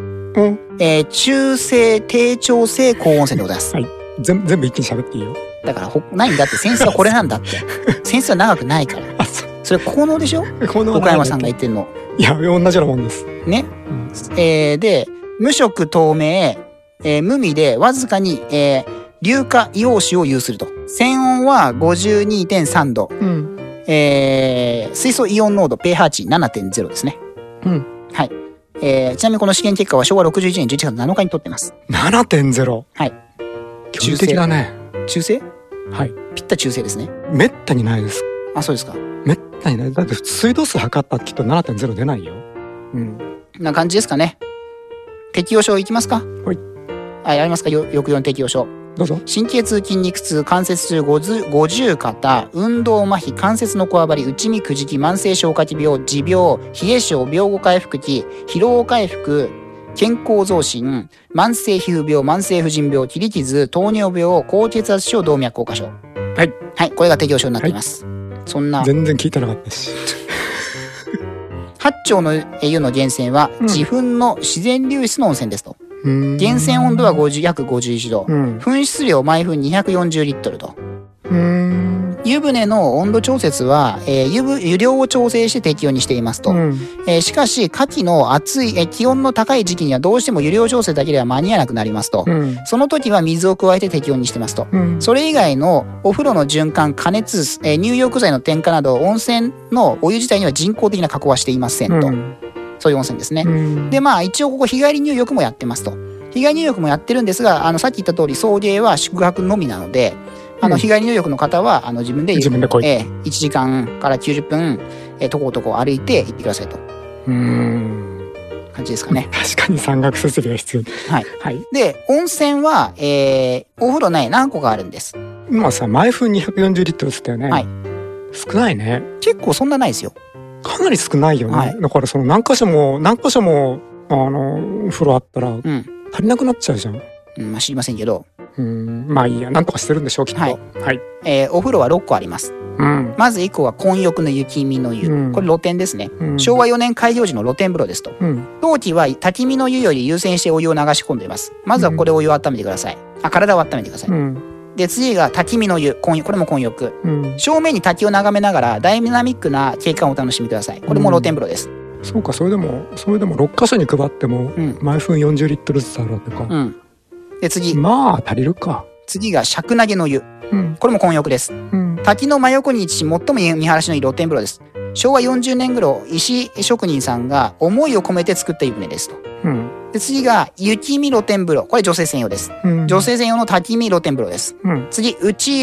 えー、中性、低調性高温泉でございます。 はい。全部、全部一気に喋っていいよ。 だから、ほ、ないんだって、泉質はこれなんだって。泉質は長くないから。あ、そう。それ効能でしょ？効能。岡山さんが言ってんの。 いや、同じようなもんです。 ね。うん、えー、で、無色透明、えー、無味でわずかに、えー、硫化硫黄酒を有すると。泉温は ごじゅうにてんさんど。うん、えー、水素イオン濃度 pH 値 ななてんゼロ ですね。うん。はい。えー、ちなみにこの試験結果はしょうわろくじゅういちねんじゅういちがつなのかに取ってます。 ななてんゼロ。 はい。 中性的だね。 中性？ はい。 ぴった中性ですね。 めったにないです。 あ、そうですか。 めったにない。だって水道数測ったらきっと ななてんゼロ 出ないよ。うん。 な感じですかね。適応症いきますか？ はい。 あ、やりますか？よ抑揚の適応症。 どうぞ。 神経痛、筋肉痛、関節痛、五十肩、運動麻痺、関節のこわばり、内身くじき、慢性消化器病、持病、冷え症、病後回復期、疲労回復、健康増進、慢性皮膚病、慢性婦人病、切り傷、糖尿病、高血圧症、動脈硬化症。 はい。 はい、これが適応症になっています。はい、そんな。 全然聞いてなかったし。 八丁の湯の源泉は、自噴の自然流出の温泉ですと。源泉温度はごじゅう約ごじゅういちど、うん、噴出量毎分にひゃくよんじゅうリットルと。うーん、湯船の温度調節は、えー、湯, 湯量を調整して適温にしていますと。うん、えー、しかし、夏季の暑い、えー、気温の高い時期にはどうしても湯量調整だけでは間に合わなくなりますと。うん、その時は水を加えて適温にしてますと。うん、それ以外のお風呂の循環、加熱、えー、入浴剤の添加など、温泉のお湯自体には人工的な加工はしていませんと。うん、そういう温泉ですね。うん、で、まあ、一応ここ日帰り入浴もやってますと。日帰り入浴もやってるんですが、あの、さっき言った通り、送迎は宿泊のみなので、あの、うん、日帰り入浴の方は、あの、自分で、 自分で来い。 えー、いちじかんからきゅうじゅっぷん、えー、とことこ歩いて行ってくださいと。うーん。感じですかね。 確かに山岳設備が必要。 はい。はい。で、温泉は、えー、お風呂ね、何個かあるんです。 今さ、毎分にひゃくよんじゅうリットルって言ったよね。はい。少ないね。 結構そんなないですよ。 かなり少ないよね。はい、だからその何箇所も、何箇所も、あの、お風呂あったら、うん。足りなくなっちゃうじゃん。 うん、まあ、知りませんけど。 うん、まあいいや、なんとかしてるんでしょう、きっと。はい。はい、 えー、お風呂はろっこあります。うん。まずいっこは混浴の雪見の湯。うん、これ露天ですね、うん。しょうわよねん開業時の露天風呂ですと。うん。当期は焚き見の湯より優先してお湯を流し込んでいます。まずはこれお湯を温めてください。うん、あ、体を温めてください。うん。で、次が焚き見の湯。これも混浴。うん。正面に滝を眺めながらダイナミックな景観をお楽しみください。これも露天風呂です。 うん、そうか、それでも、それでもろっかしょに配っても、うん、毎分よんじゅうリットルずつあるわけか。うん。で、次。まあ、足りるか。 次が尺投げの湯。うん、これも混浴です。うん、滝の真横に位置し、最も見晴らしのいい露天風呂です。しょうわよんじゅうねん頃、石職人さんが思いを込めて作った湯船ですと。うん、で、次が雪見露天風呂。これ女性専用です。うん、女性専用の滝見露天風呂です。うん、次、内湯。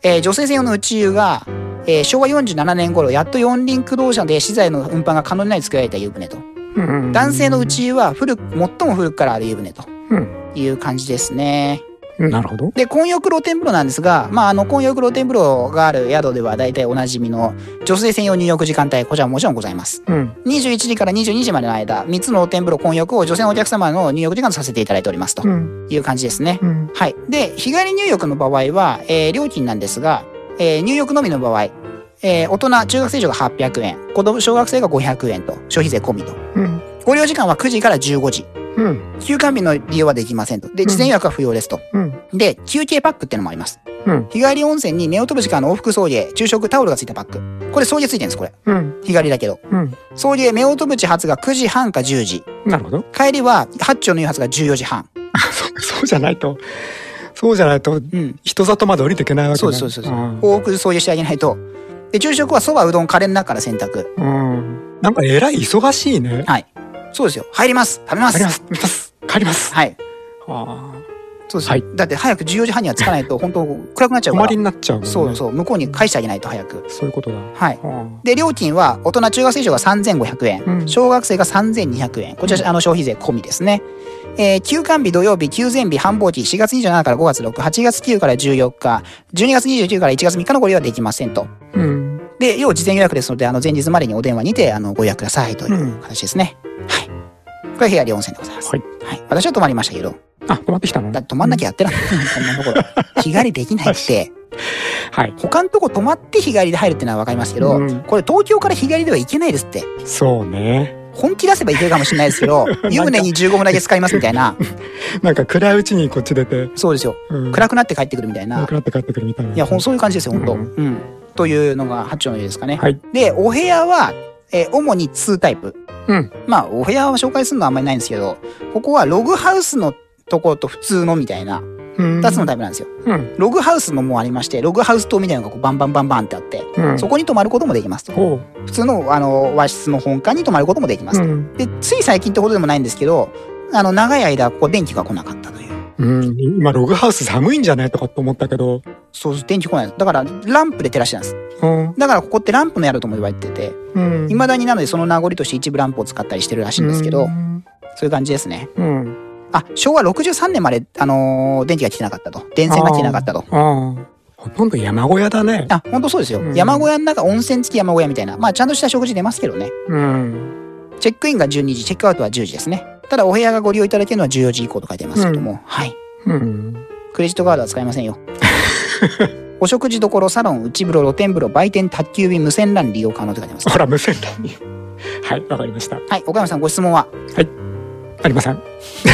えー、女性専用の宇宙湯が、えー、しょうわよんじゅうななねん頃やっと四輪駆動車で資材の運搬が可能になり作られた湯船と、うん、男性の宇宙湯は古く最も古くからある湯船という感じですね。 なるほど。 で、混浴露天風呂なんですが、まあ、あの、混浴露天風呂がある宿では大体おなじみの女性専用入浴時間帯、こちらももちろんございます。うん、にじゅういちじからにじゅうにじまでの間、みっつの露天風呂混浴を女性のお客様の入浴時間とさせていただいておりますという感じですね。うん、はい。で、日帰り入浴の場合は、えー、料金なんですが、えー、入浴のみの場合、えー、大人、中学生以上がはっぴゃくえん、子供、小学生がごひゃくえんと、消費税込みと。うん、ご利用時間はくじからじゅうごじ。うん、休館日の利用はできませんと。で、事前予約は不要ですと。うん、で、休憩パックっていうのもあります。うん、日帰り温泉に目を飛ぶ時間の往復送迎、昼食、タオルがついたパック。これ送迎ついてるんです、これ。うん、日帰りだけど。うん、送迎、目を飛ぶ始発がくじはんかじゅうじ。 なるほど。 帰りは、八丁の夕発がじゅうよじはん。 そう、そうじゃないと、そうじゃないと、うん、人里まで降りていけないわけね。 そうそうそうそう。往復送迎してあげないと。で、昼食はそば、うどん、カレーの中から選択。 うん。なんかえらい忙しいね。 はい。そうですよ。入ります。食べます。 入ります。食べます。帰ります。 はい。はあ。そうです。はい。だって早くじゅうよじはんには着かないと本当暗くなっちゃうから。 泊まりになっちゃうもんね。 そうそう。向こうに返してあげないと早く。 そういうことだ。 はい。はあ、で、料金は大人中学生以上がさんぜんごひゃくえん、うん、小学生がさんぜんにひゃくえん。こちら、うん、あの消費税込みですね。えー、休館日土曜日、休前日、繁忙期、しがつにじゅうしちからごがつろく、はちがつついたちからじゅうよっか、じゅうにがつにじゅうきゅうからいちがつみっかのご利用はできませんと。うん。で、要事前予約ですので、あの前日までにお電話にてあのご予約くださいという形ですね。うん、はい。これ部屋り温泉でございます。はい。はい。私は泊まりましたけど。 あ、泊まってきたの？ だって泊まんなきゃやってらんない。こんなところ。日帰りできないって。はい。他のとこ泊まって日帰りで入るっていうのはわかりますけど、うん、これ東京から日帰りでは行けないですって。 そうね。 本気出せばいけるかもしれないですけど、湯船にじゅうごふんだけ使いますみたいな。 なんか暗いうちにこっち出て。 そうですよ。うん、暗くなって帰ってくるみたいな。 暗くなって帰ってくるみたいな。 いや、ほんそういう感じですよ、本当。うん。うん、というのが八丁の湯ですかね。はい。で、お部屋は、えー、主ににタイプ。うん。まあ、お部屋を紹介するのはあんまりないんですけど、ここはログハウスのところと普通のみたいな、二つのタイプなんですよ。うん。ログハウスのもありまして、ログハウス棟みたいなのがこうバンバンバンバンってあって、うん、そこに泊まることもできますと。普通の、あの、和室の本館に泊まることもできますと。うん、で、つい最近ってほどでもないんですけど、あの、長い間、ここ電気が来なかったという。 うん。今、ログハウス寒いんじゃないとかと思ったけど。 そう、電気来ない。だから、ランプで照らしてたんです。うん、だから、ここってランプの宿とも言われてて、うん、未だになのでその名残として一部ランプを使ったりしてるらしいんですけど、うん、そういう感じですね。うん。あ、しょうわろくじゅうさんねんまで、あのー、電気が来てなかったと。電線が来てなかったと。 ああ。ほとんど山小屋だね。 あ、本当そうですよ。うん、山小屋の中、温泉付き山小屋みたいな。まあ、ちゃんとした食事出ますけどね。うん。チェックインがじゅうにじ、チェックアウトはじゅうじですね。ただ、お部屋がご利用いただけるのはじゅうよじ以降と書いてますけども、うん、はい。うん。クレジットカードは使いませんよ。お食事処、サロン、内風呂、露天風呂、売店、宅急便、無線 ラン 利用可能と書いてます。 ほら、無線 ラン に。はい、わかりました。 はい、岡山さんご質問は？ はい。ありません。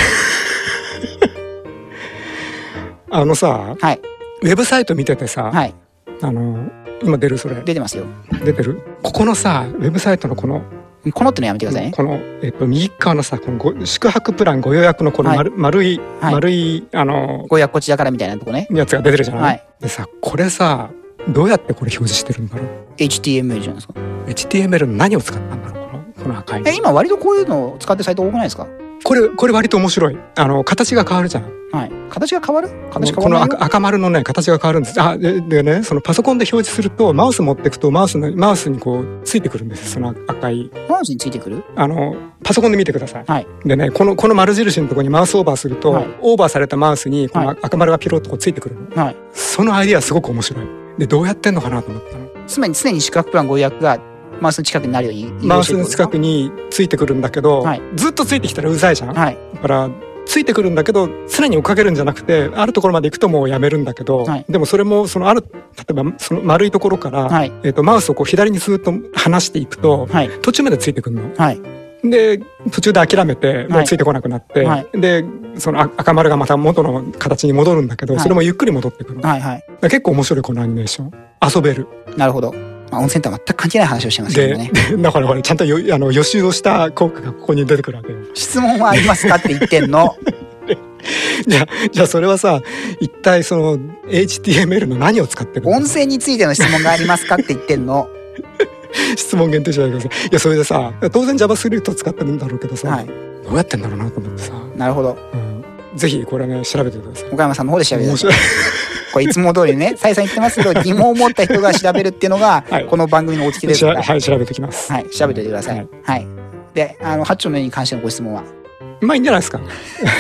あのさ、はい、ウェブサイト見ててさ、はい、あの今出るそれ出てますよ。 出てる？ここのさ、ウェブサイトのこのこのってのやめてくださいね。 このえっと右側のさ、このご宿泊プランご予約のこの丸、はい、丸い、はい、丸いあのご予約こちらからみたいなとこね。 やつが出てるじゃない。はい、でさ、これさ、どうやってこれ表示してるんだろう。 エイチティーエムエル じゃないですか。 エイチティーエムエル の何を使ったんだろう、このこの赤い。 え、今割とこういうのを使ってるサイト多くないですか？ これ、これ割と面白い。あの、形が変わるじゃん。 はい。形が変わる？形変わる。この 赤, 赤丸のね、形が変わるんです。あ、で、でね、そのパソコンで表示すると、マウス持っていくと、マウスの、マウスにこう、ついてくるんですよ。その赤い。 マウスについてくる？ あの、パソコンで見てください。はい。でね、この、この丸印のところにマウスオーバーすると、はい、オーバーされたマウスに、この赤丸がピロッとこうついてくるの。はい。そのアイディアすごく面白い。で、どうやってんのかなと思ったの。 つまり常に宿泊プランご予約が、マウスの近くになるようにマウスの近くについてくるんだけど、はい、ずっとついてきたらうざいじゃん、はい、だからついてくるんだけど常に追っかけるんじゃなくてあるところまで行くともうやめるんだけど、はい、でもそれもそのある例えばその丸いところから、はい、えー、とマウスをこう左にスーッと離していくと、はい、途中までついてくるの、はい、で途中で諦めてもうついてこなくなって、はい、でその赤丸がまた元の形に戻るんだけど、はい、それもゆっくり戻ってくる、はいはい、結構面白いこのアニメーション遊べる。なるほど。まあ、温泉とは全く関係ない話をしてますけどね。 だからこれちゃんとよあの予習をした効果がここに出てくるわけよ。 質問はありますかって言ってんの。 じゃあ、じゃあそれはさ、一体その エイチティーエムエル の何を使ってるの？ 温泉についての質問がありますかって言ってんの。 質問限定しないでください。いや、それでさ、当然 JavaScript 使ってるんだろうけどさ、はい、どうやってんだろうなと思ってさ。 なるほど。 うん、ぜひこれね、調べてください。 岡山さんの方で調べてください。面白い。 これいつも通りね、再三言ってますけど、疑問を持った人が調べるっていうのが、はい、この番組のおきてですから。 はい、調べてきます。 はい、調べておいてください。はい。はい、で、あの、八丁の絵に関してのご質問はまあいいんじゃないですか。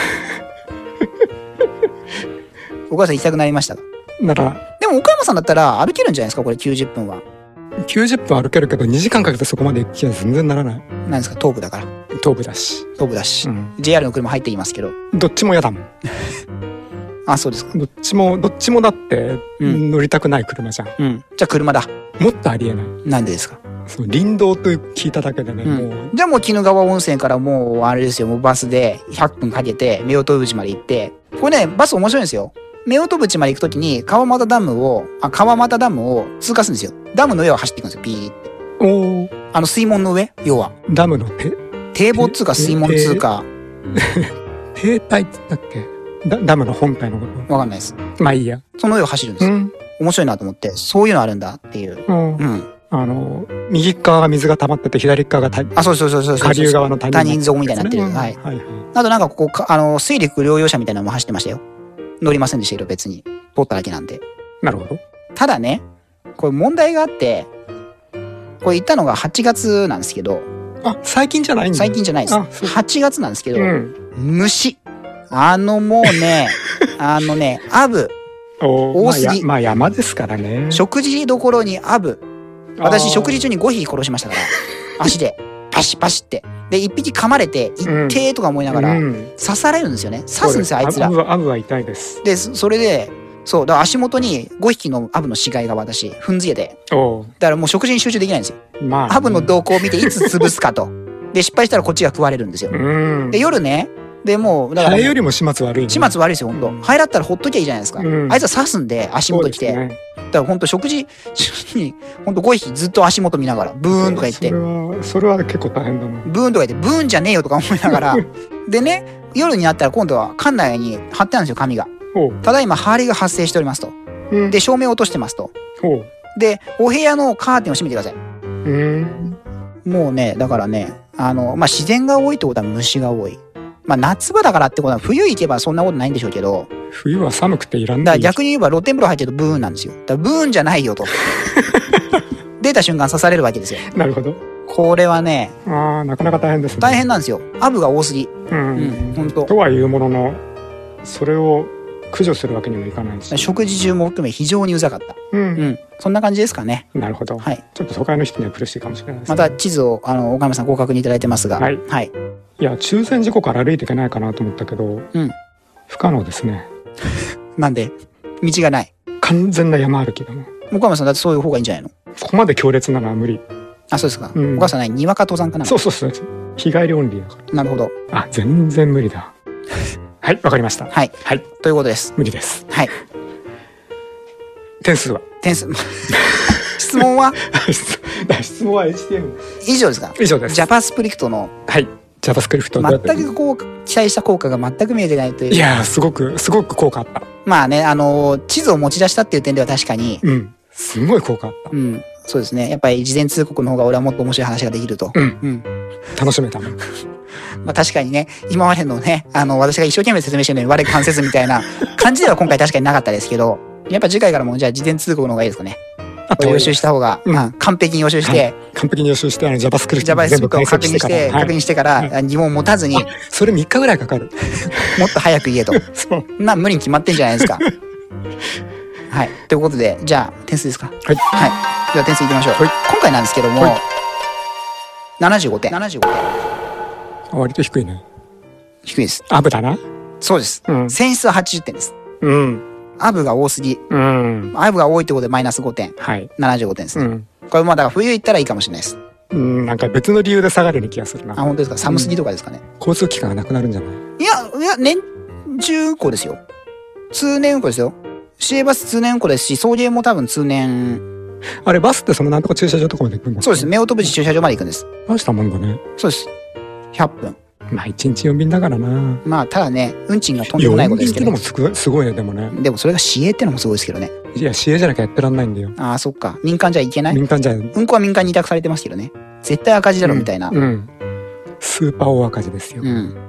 岡山さん行きたくなりましたか？ なら。 でも岡山さんだったら歩けるんじゃないですか、これきゅうじゅっぷんは。 きゅうじゅっぷん歩けるけどにじかんかけてそこまで行きは全然ならない。 なんですか、東部だから。 東部だし。 東部だし。うん、ジェイアール の車入っていますけど。 どっちも嫌だもん。 あ、そうですか。 どっちも、どっちもだって、乗りたくない車じゃん。 うん。じゃあ車だ。 もっとありえない。 なんでですか？ そう、林道と聞いただけでね、うん、もう。 じゃあもう鬼怒川温泉からもう、あれですよ、もうバスでひゃっぷんかけて、夫婦淵まで行って、これね、バス面白いんですよ。夫婦淵まで行くときに、川俣ダムを、あ、川俣ダムを通過するんですよ。ダムの上を走っていくんですよ、ピーって。 おー。 あの水門の上要は。 ダムの手堤防っつうか水門っつうか。 堤体って言ったっけ？ダ, ダムの本体のこと。 わかんないです。 まあいいや。 その上を走るんですよ。うん、面白いなと思って、そういうのあるんだっていう。うん。うん、あの、右側が水が溜まってて、左側があ、そうそうそうそうそう。 下流側の谷。 谷像みたいになってる。はい。はいはい。あとなんかここ、あの、水陸両用車みたいなのも走ってましたよ。乗りませんでしたけど、別に。通っただけなんで。 なるほど。 ただね、これ問題があって、これ行ったのがはちがつなんですけど。 あ、最近じゃないんだ。 最近じゃないです。はちがつなんですけど、うん、虫。あのもうね、あのね、アブ。多すぎ。 まあ、まあ山ですからね。 食事どころにアブ。私食事中にごひき殺しましたから。足で。パシパシって。で、一匹噛まれて、いってーとか思いながら、刺されるんですよね。刺すんですよ、あいつら。 アブは、アブは痛いです。 で、それで、そう、だから足元にごひきのアブの死骸が私、踏んづけて。だからもう食事に集中できないんですよ。まあ、ね、アブの動向を見ていつ潰すかと。で、失敗したらこっちが食われるんですよ。で、夜ね、で、もう、 だから。ハエよりも始末悪い、ね。 始末悪いですよ、ほんと。ハエだったらほっときゃいいじゃないですか。うん、あいつは刺すんで、足元来て。ね、だからほんと食事に、ほんとごひきずっと足元見ながら、ブーンとか言って。 それは、それは結構大変だな。 ブーンとか言って、ブーンじゃねえよとか思いながら。でね、夜になったら今度は館内に貼ってあるんですよ、紙が。ただいま、ハーリが発生しておりますと。うん、で、照明を落としてますと。で、お部屋のカーテンを閉めてください。うん、もうね、だからね、あの、まあ、自然が多いってことは虫が多い。まあ、夏場だからってことは、冬行けばそんなことないんでしょうけど。 冬は寒くていらんない。 だから逆に言えば露天風呂入ってるとブーンなんですよ。だからブーンじゃないよと。出た瞬間刺されるわけですよ。 なるほど。 これはね。 ああ、なかなか大変ですね。 大変なんですよ。アブが多すぎ。うん。 うん、本当。とはいうものの、それを駆除するわけにもいかないし。 食事中も含め非常にうざかった。うん。うん。そんな感じですかね。 なるほど。はい。ちょっと都会の人には苦しいかもしれないですね。 また地図を、あの、岡山さんご確認いただいてますが。はい。はい。 いや、中禅寺湖から歩いていけないかなと思ったけど、うん。不可能ですね。 なんで？道がない。 完全な山歩きだもん。 岡山さんだってそういう方がいいんじゃないの？ ここまで強烈なのは無理。 あ、そうですか。うん、お母さんね、にわか登山かな。 そうそうそう。日帰りオンリーだから。 なるほど。 あ、全然無理だ。はい、わかりました。 はい。はい。ということです。 無理です。 はい。 点数は？ 点数。質問は？ 質問は エイチティーエム。 以上ですか？ 以上です。 ジャパスクリプトの。 はい。ジャバスクリプト全くこう期待した効果が全く見えてないという。 いやー、すごくすごく効果あった。 まあね、あの地図を持ち出したっていう点では確かに、 うん、すごい効果あった。 うん、そうですね。やっぱり事前通告の方が俺はもっと面白い話ができると。うん、うん、 楽しめたもん。 まあ確かにね、今までのね、あの私が一生懸命説明してるのに我関せずみたいな感じでは今回確かになかったですけど、やっぱ次回からもじゃあ事前通告の方がいいですかね。あと予習した方が、うん、まあ、完璧に予習して、はい、 完璧に予習して、あの JavaScript 全部を確認して、はい、確認してから、はい、疑問を持たずに、 それみっかぐらいかかる。 もっと早く言えと。そう。まあ無理に決まってんじゃないですか。はい。ということで、じゃあ点数ですか。はい。はい。では点数いきましょう。はい、今回なんですけども、はい、ななじゅうごてん。ななじゅうごてん。 割と低いね。 低いです。 アブだな。 そうです。うん、選出ははちじゅってんです。うん。アブが多すぎ。うん。アブが多いってことでマイナスごてん。はい。ななじゅうごてんですね。うん。これまあだから冬行ったらいいかもしれないです。 うん、なんか別の理由で下がるような気がするな。 あ、本当ですか？寒すぎとかですかね。 うん、交通機関がなくなるんじゃない？ いや、いや、年中運行ですよ。通年運行ですよ。市営バス通年運行ですし、送迎も多分通年。 あれ、バスってそのなんとか駐車場とかまで行くんだっけ？ そうです。夫婦淵駐車場まで行くんです。 大したもんだね。 そうです。ひゃっぷん。 まあ一日よん便だからな。 まあただね、運賃がとんでもないことですけど、ね。 よん便ってのもすごいね、でもね。 でもそれが市営ってのもすごいですけどね。 いや、市営じゃなきゃやってらんないんだよ。 ああ、そっか。民間じゃいけない？ 民間じゃ。 運行は民間に委託されてますけどね。絶対赤字だろみたいな。うん。 うん、スーパー大赤字ですよ。 うん。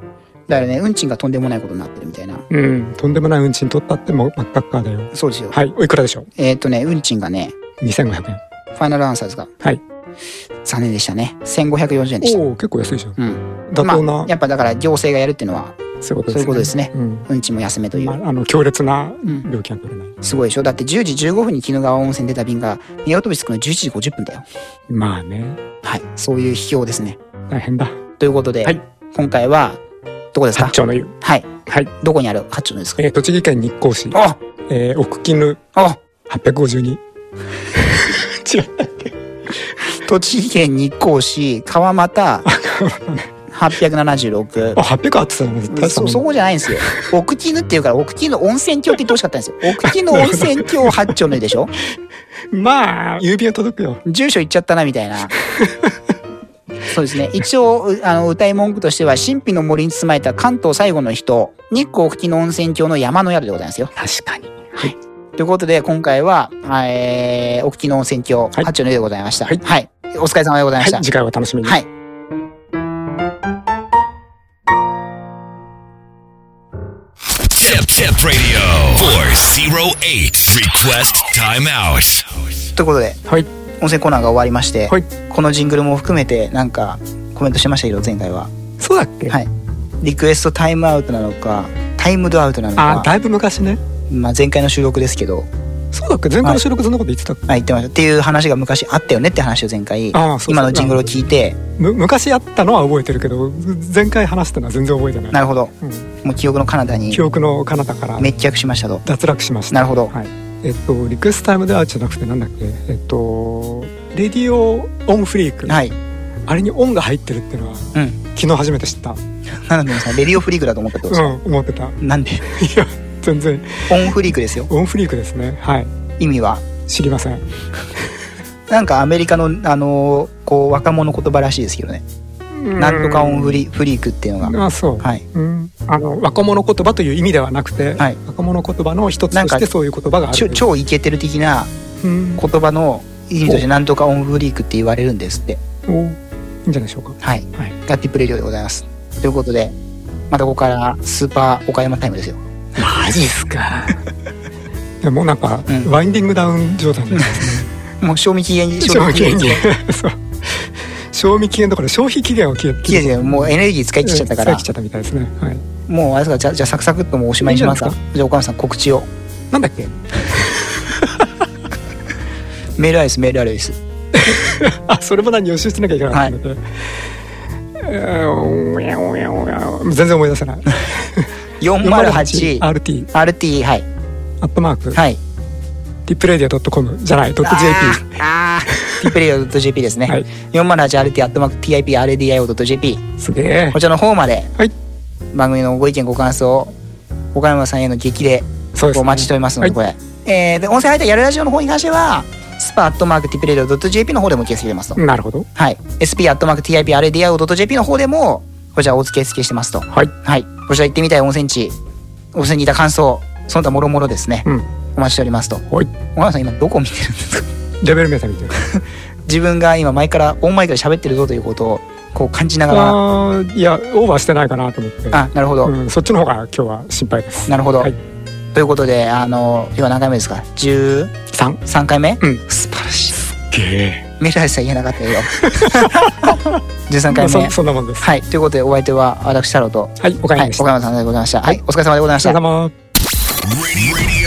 だからね、運賃がとんでもないことになってるみたいな。 うん、とんでもない運賃取ったっても真っ赤っかだよ。 そうですよ。 はい、おいくらでしょう？ えー、っとね、運賃がね、 にせんごひゃくえん。 ファイナルアンサーズが。 はい。 残念でしたね。せんごひゃくよんじゅうえんでした。 おお、結構安いじゃん。 うん。 妥当な、 まあ、やっぱだから行政がやるっていうのは、 そういうことですね。 そういうことですね。 うん、 運賃も安めという。まあ、あの強烈な料金は取れない、 うん。すごいでしょ。だってじゅうじじゅうごふんに鬼怒川温泉出た便が、宮本飛着くのじゅういちじごじゅっぷんだよ。 まあね。 はい。そういう秘境ですね。 大変だ。 ということで、はい、今回は、どこですか？ 八丁の湯。 はい。 はい。 どこにある八丁の湯ですか？ えー、栃木県日光市。 あえー、奥絹。 あはっぴゃくごじゅうに。違ったっけ？ 栃木県日光市川俣はっぴゃくななじゅうろく。 あ、はっぴゃくあってたの？ そ、そこじゃないんですよ。奥絹っていうから奥絹温泉郷って言ってほしかったんですよ。奥絹温泉郷八丁の湯でしょ？ まあ、郵便は届くよ。 住所言っちゃったなみたいな。そうですね。一応、あの、歌い文句としては、神秘の森に包まれた関東最後の人、日光奥絹温泉郷の山の宿でございますよ。 確かに。はい。 ということで、今回は、えー、奥絹温泉郷、八丁の湯でございました。はい。はい。お疲れ様でございました。 はい、次回は楽しみに。 はい。 Tip Radio よんゼロはち Request Timeout ということで、 はい、 温泉コーナーが終わりまして、 はい、 このジングルも含めてなんかコメントしてましたけど、前回は。 そうだっけ？ はい。リクエストタイムアウトなのかタイムドアウトなのか。 あ、だいぶ昔ね。 まあ前回の収録ですけど。 そうだっけ？前回の収録そんなこと言ってたっけ？ はい、言ってましたっていう話が昔あったよねって話を前回。ああ、そうそう、今のジングルを聞いて、 む昔あったのは覚えてるけど、前回話したのは全然覚えてない。 なるほど、うん、もう記憶の彼方に記憶の彼方から滅却しましたと。 脱落しました。 なるほど、 はい。えっとリクエストタイムでアウトじゃなくてなんだっけ、えっとレディオオンフリーク、 はい、 あれにオンが入ってるっていうのは、うん、昨日初めて知った。 なのでさ、レディオフリークだと思ったってことですか？ うん、思ってた。 なんで？いや全然オンフリークですよ。 オンフリークですね。はい。 意味は知りません。 なんかアメリカのあのー、こう若者言葉らしいですけどね。なんとかオンフリフリークっていうのが。 あ、そう。 はい。 うん、あの若者言葉という意味ではなくて、はい、若者言葉の一つとしてそういう言葉がある。 超イケてる的な言葉の意味としてなんとかオンフリークって言われるんですって。お、いいんじゃないでしょうか。 はい。はい、ガッティプレディオでございます。ということで、またここからスーパー岡山タイムですよ。 マジっすか。でもなんか、うん、ワインディングダウン状態ですね。 もう賞味期限賞味期限そう。賞味期限だから消費期限を切れてもうエネルギー使い切っちゃったから、 使い切っちゃったみたいですね。はい。 もうあれですか、じゃじゃサクサクっともうおしまいにしますか。いいじゃあ岡山さん告知を。 なんだっけ？ メールアイスメールアイス。 あ、それも何予習してなきゃいけなかったので。全然思い出せない。 よんまるはちアールティーアールティー はい。 アットマーク。 はい。 ティップレディオ ドットコム じゃない .jp。 ああ。ティップレディオ ドット ジェーピー ですね。はい、よんまるはち アールティー アットマーク ティーアイピーアールディーアイオー ドット ジェーピー。 すげえ。 こちらの方まで、 はい、 番組のご意見ご感想、岡山さんへの激励お待ちしておりますので、これ、はい、えー、で音声配信やるラジオの方に関してはスパアットマーク ティップレディオ ドット ジェーピー の方でも受け付けてますと。 なるほど。 はい。エスピー アットマーク ティーアイピーアールディーアイオー ドット ジェーピー の方でもこちらお付け付けしてますと。 はい。 はい。こちら行ってみたい温泉地、温泉にいた感想、その他もろもろですね、うん、お待ちしておりますと。 はい。 岡山さん今どこを見てるんですか？ レベルメーター見てる。 自分が今前からオンマイクで喋ってるぞということをこう感じながら。 あ、いやオーバーしてないかなと思って。 あ、なるほど、うん、 そっちの方が今日は心配です。 なるほど、はい、ということで、あの今何回目ですか？じゅうさん、さんかいめ、うん、素晴らしい。 すげえ。 メールアイスは言えなかったよ。じゅうさんかいめ、 まあ、そ, そんなもんです。 はい、ということでお相手は私太郎と、 はい、岡山でした。 はい、岡山さんでございました。はい、お疲れ様でございました。 お疲れ様。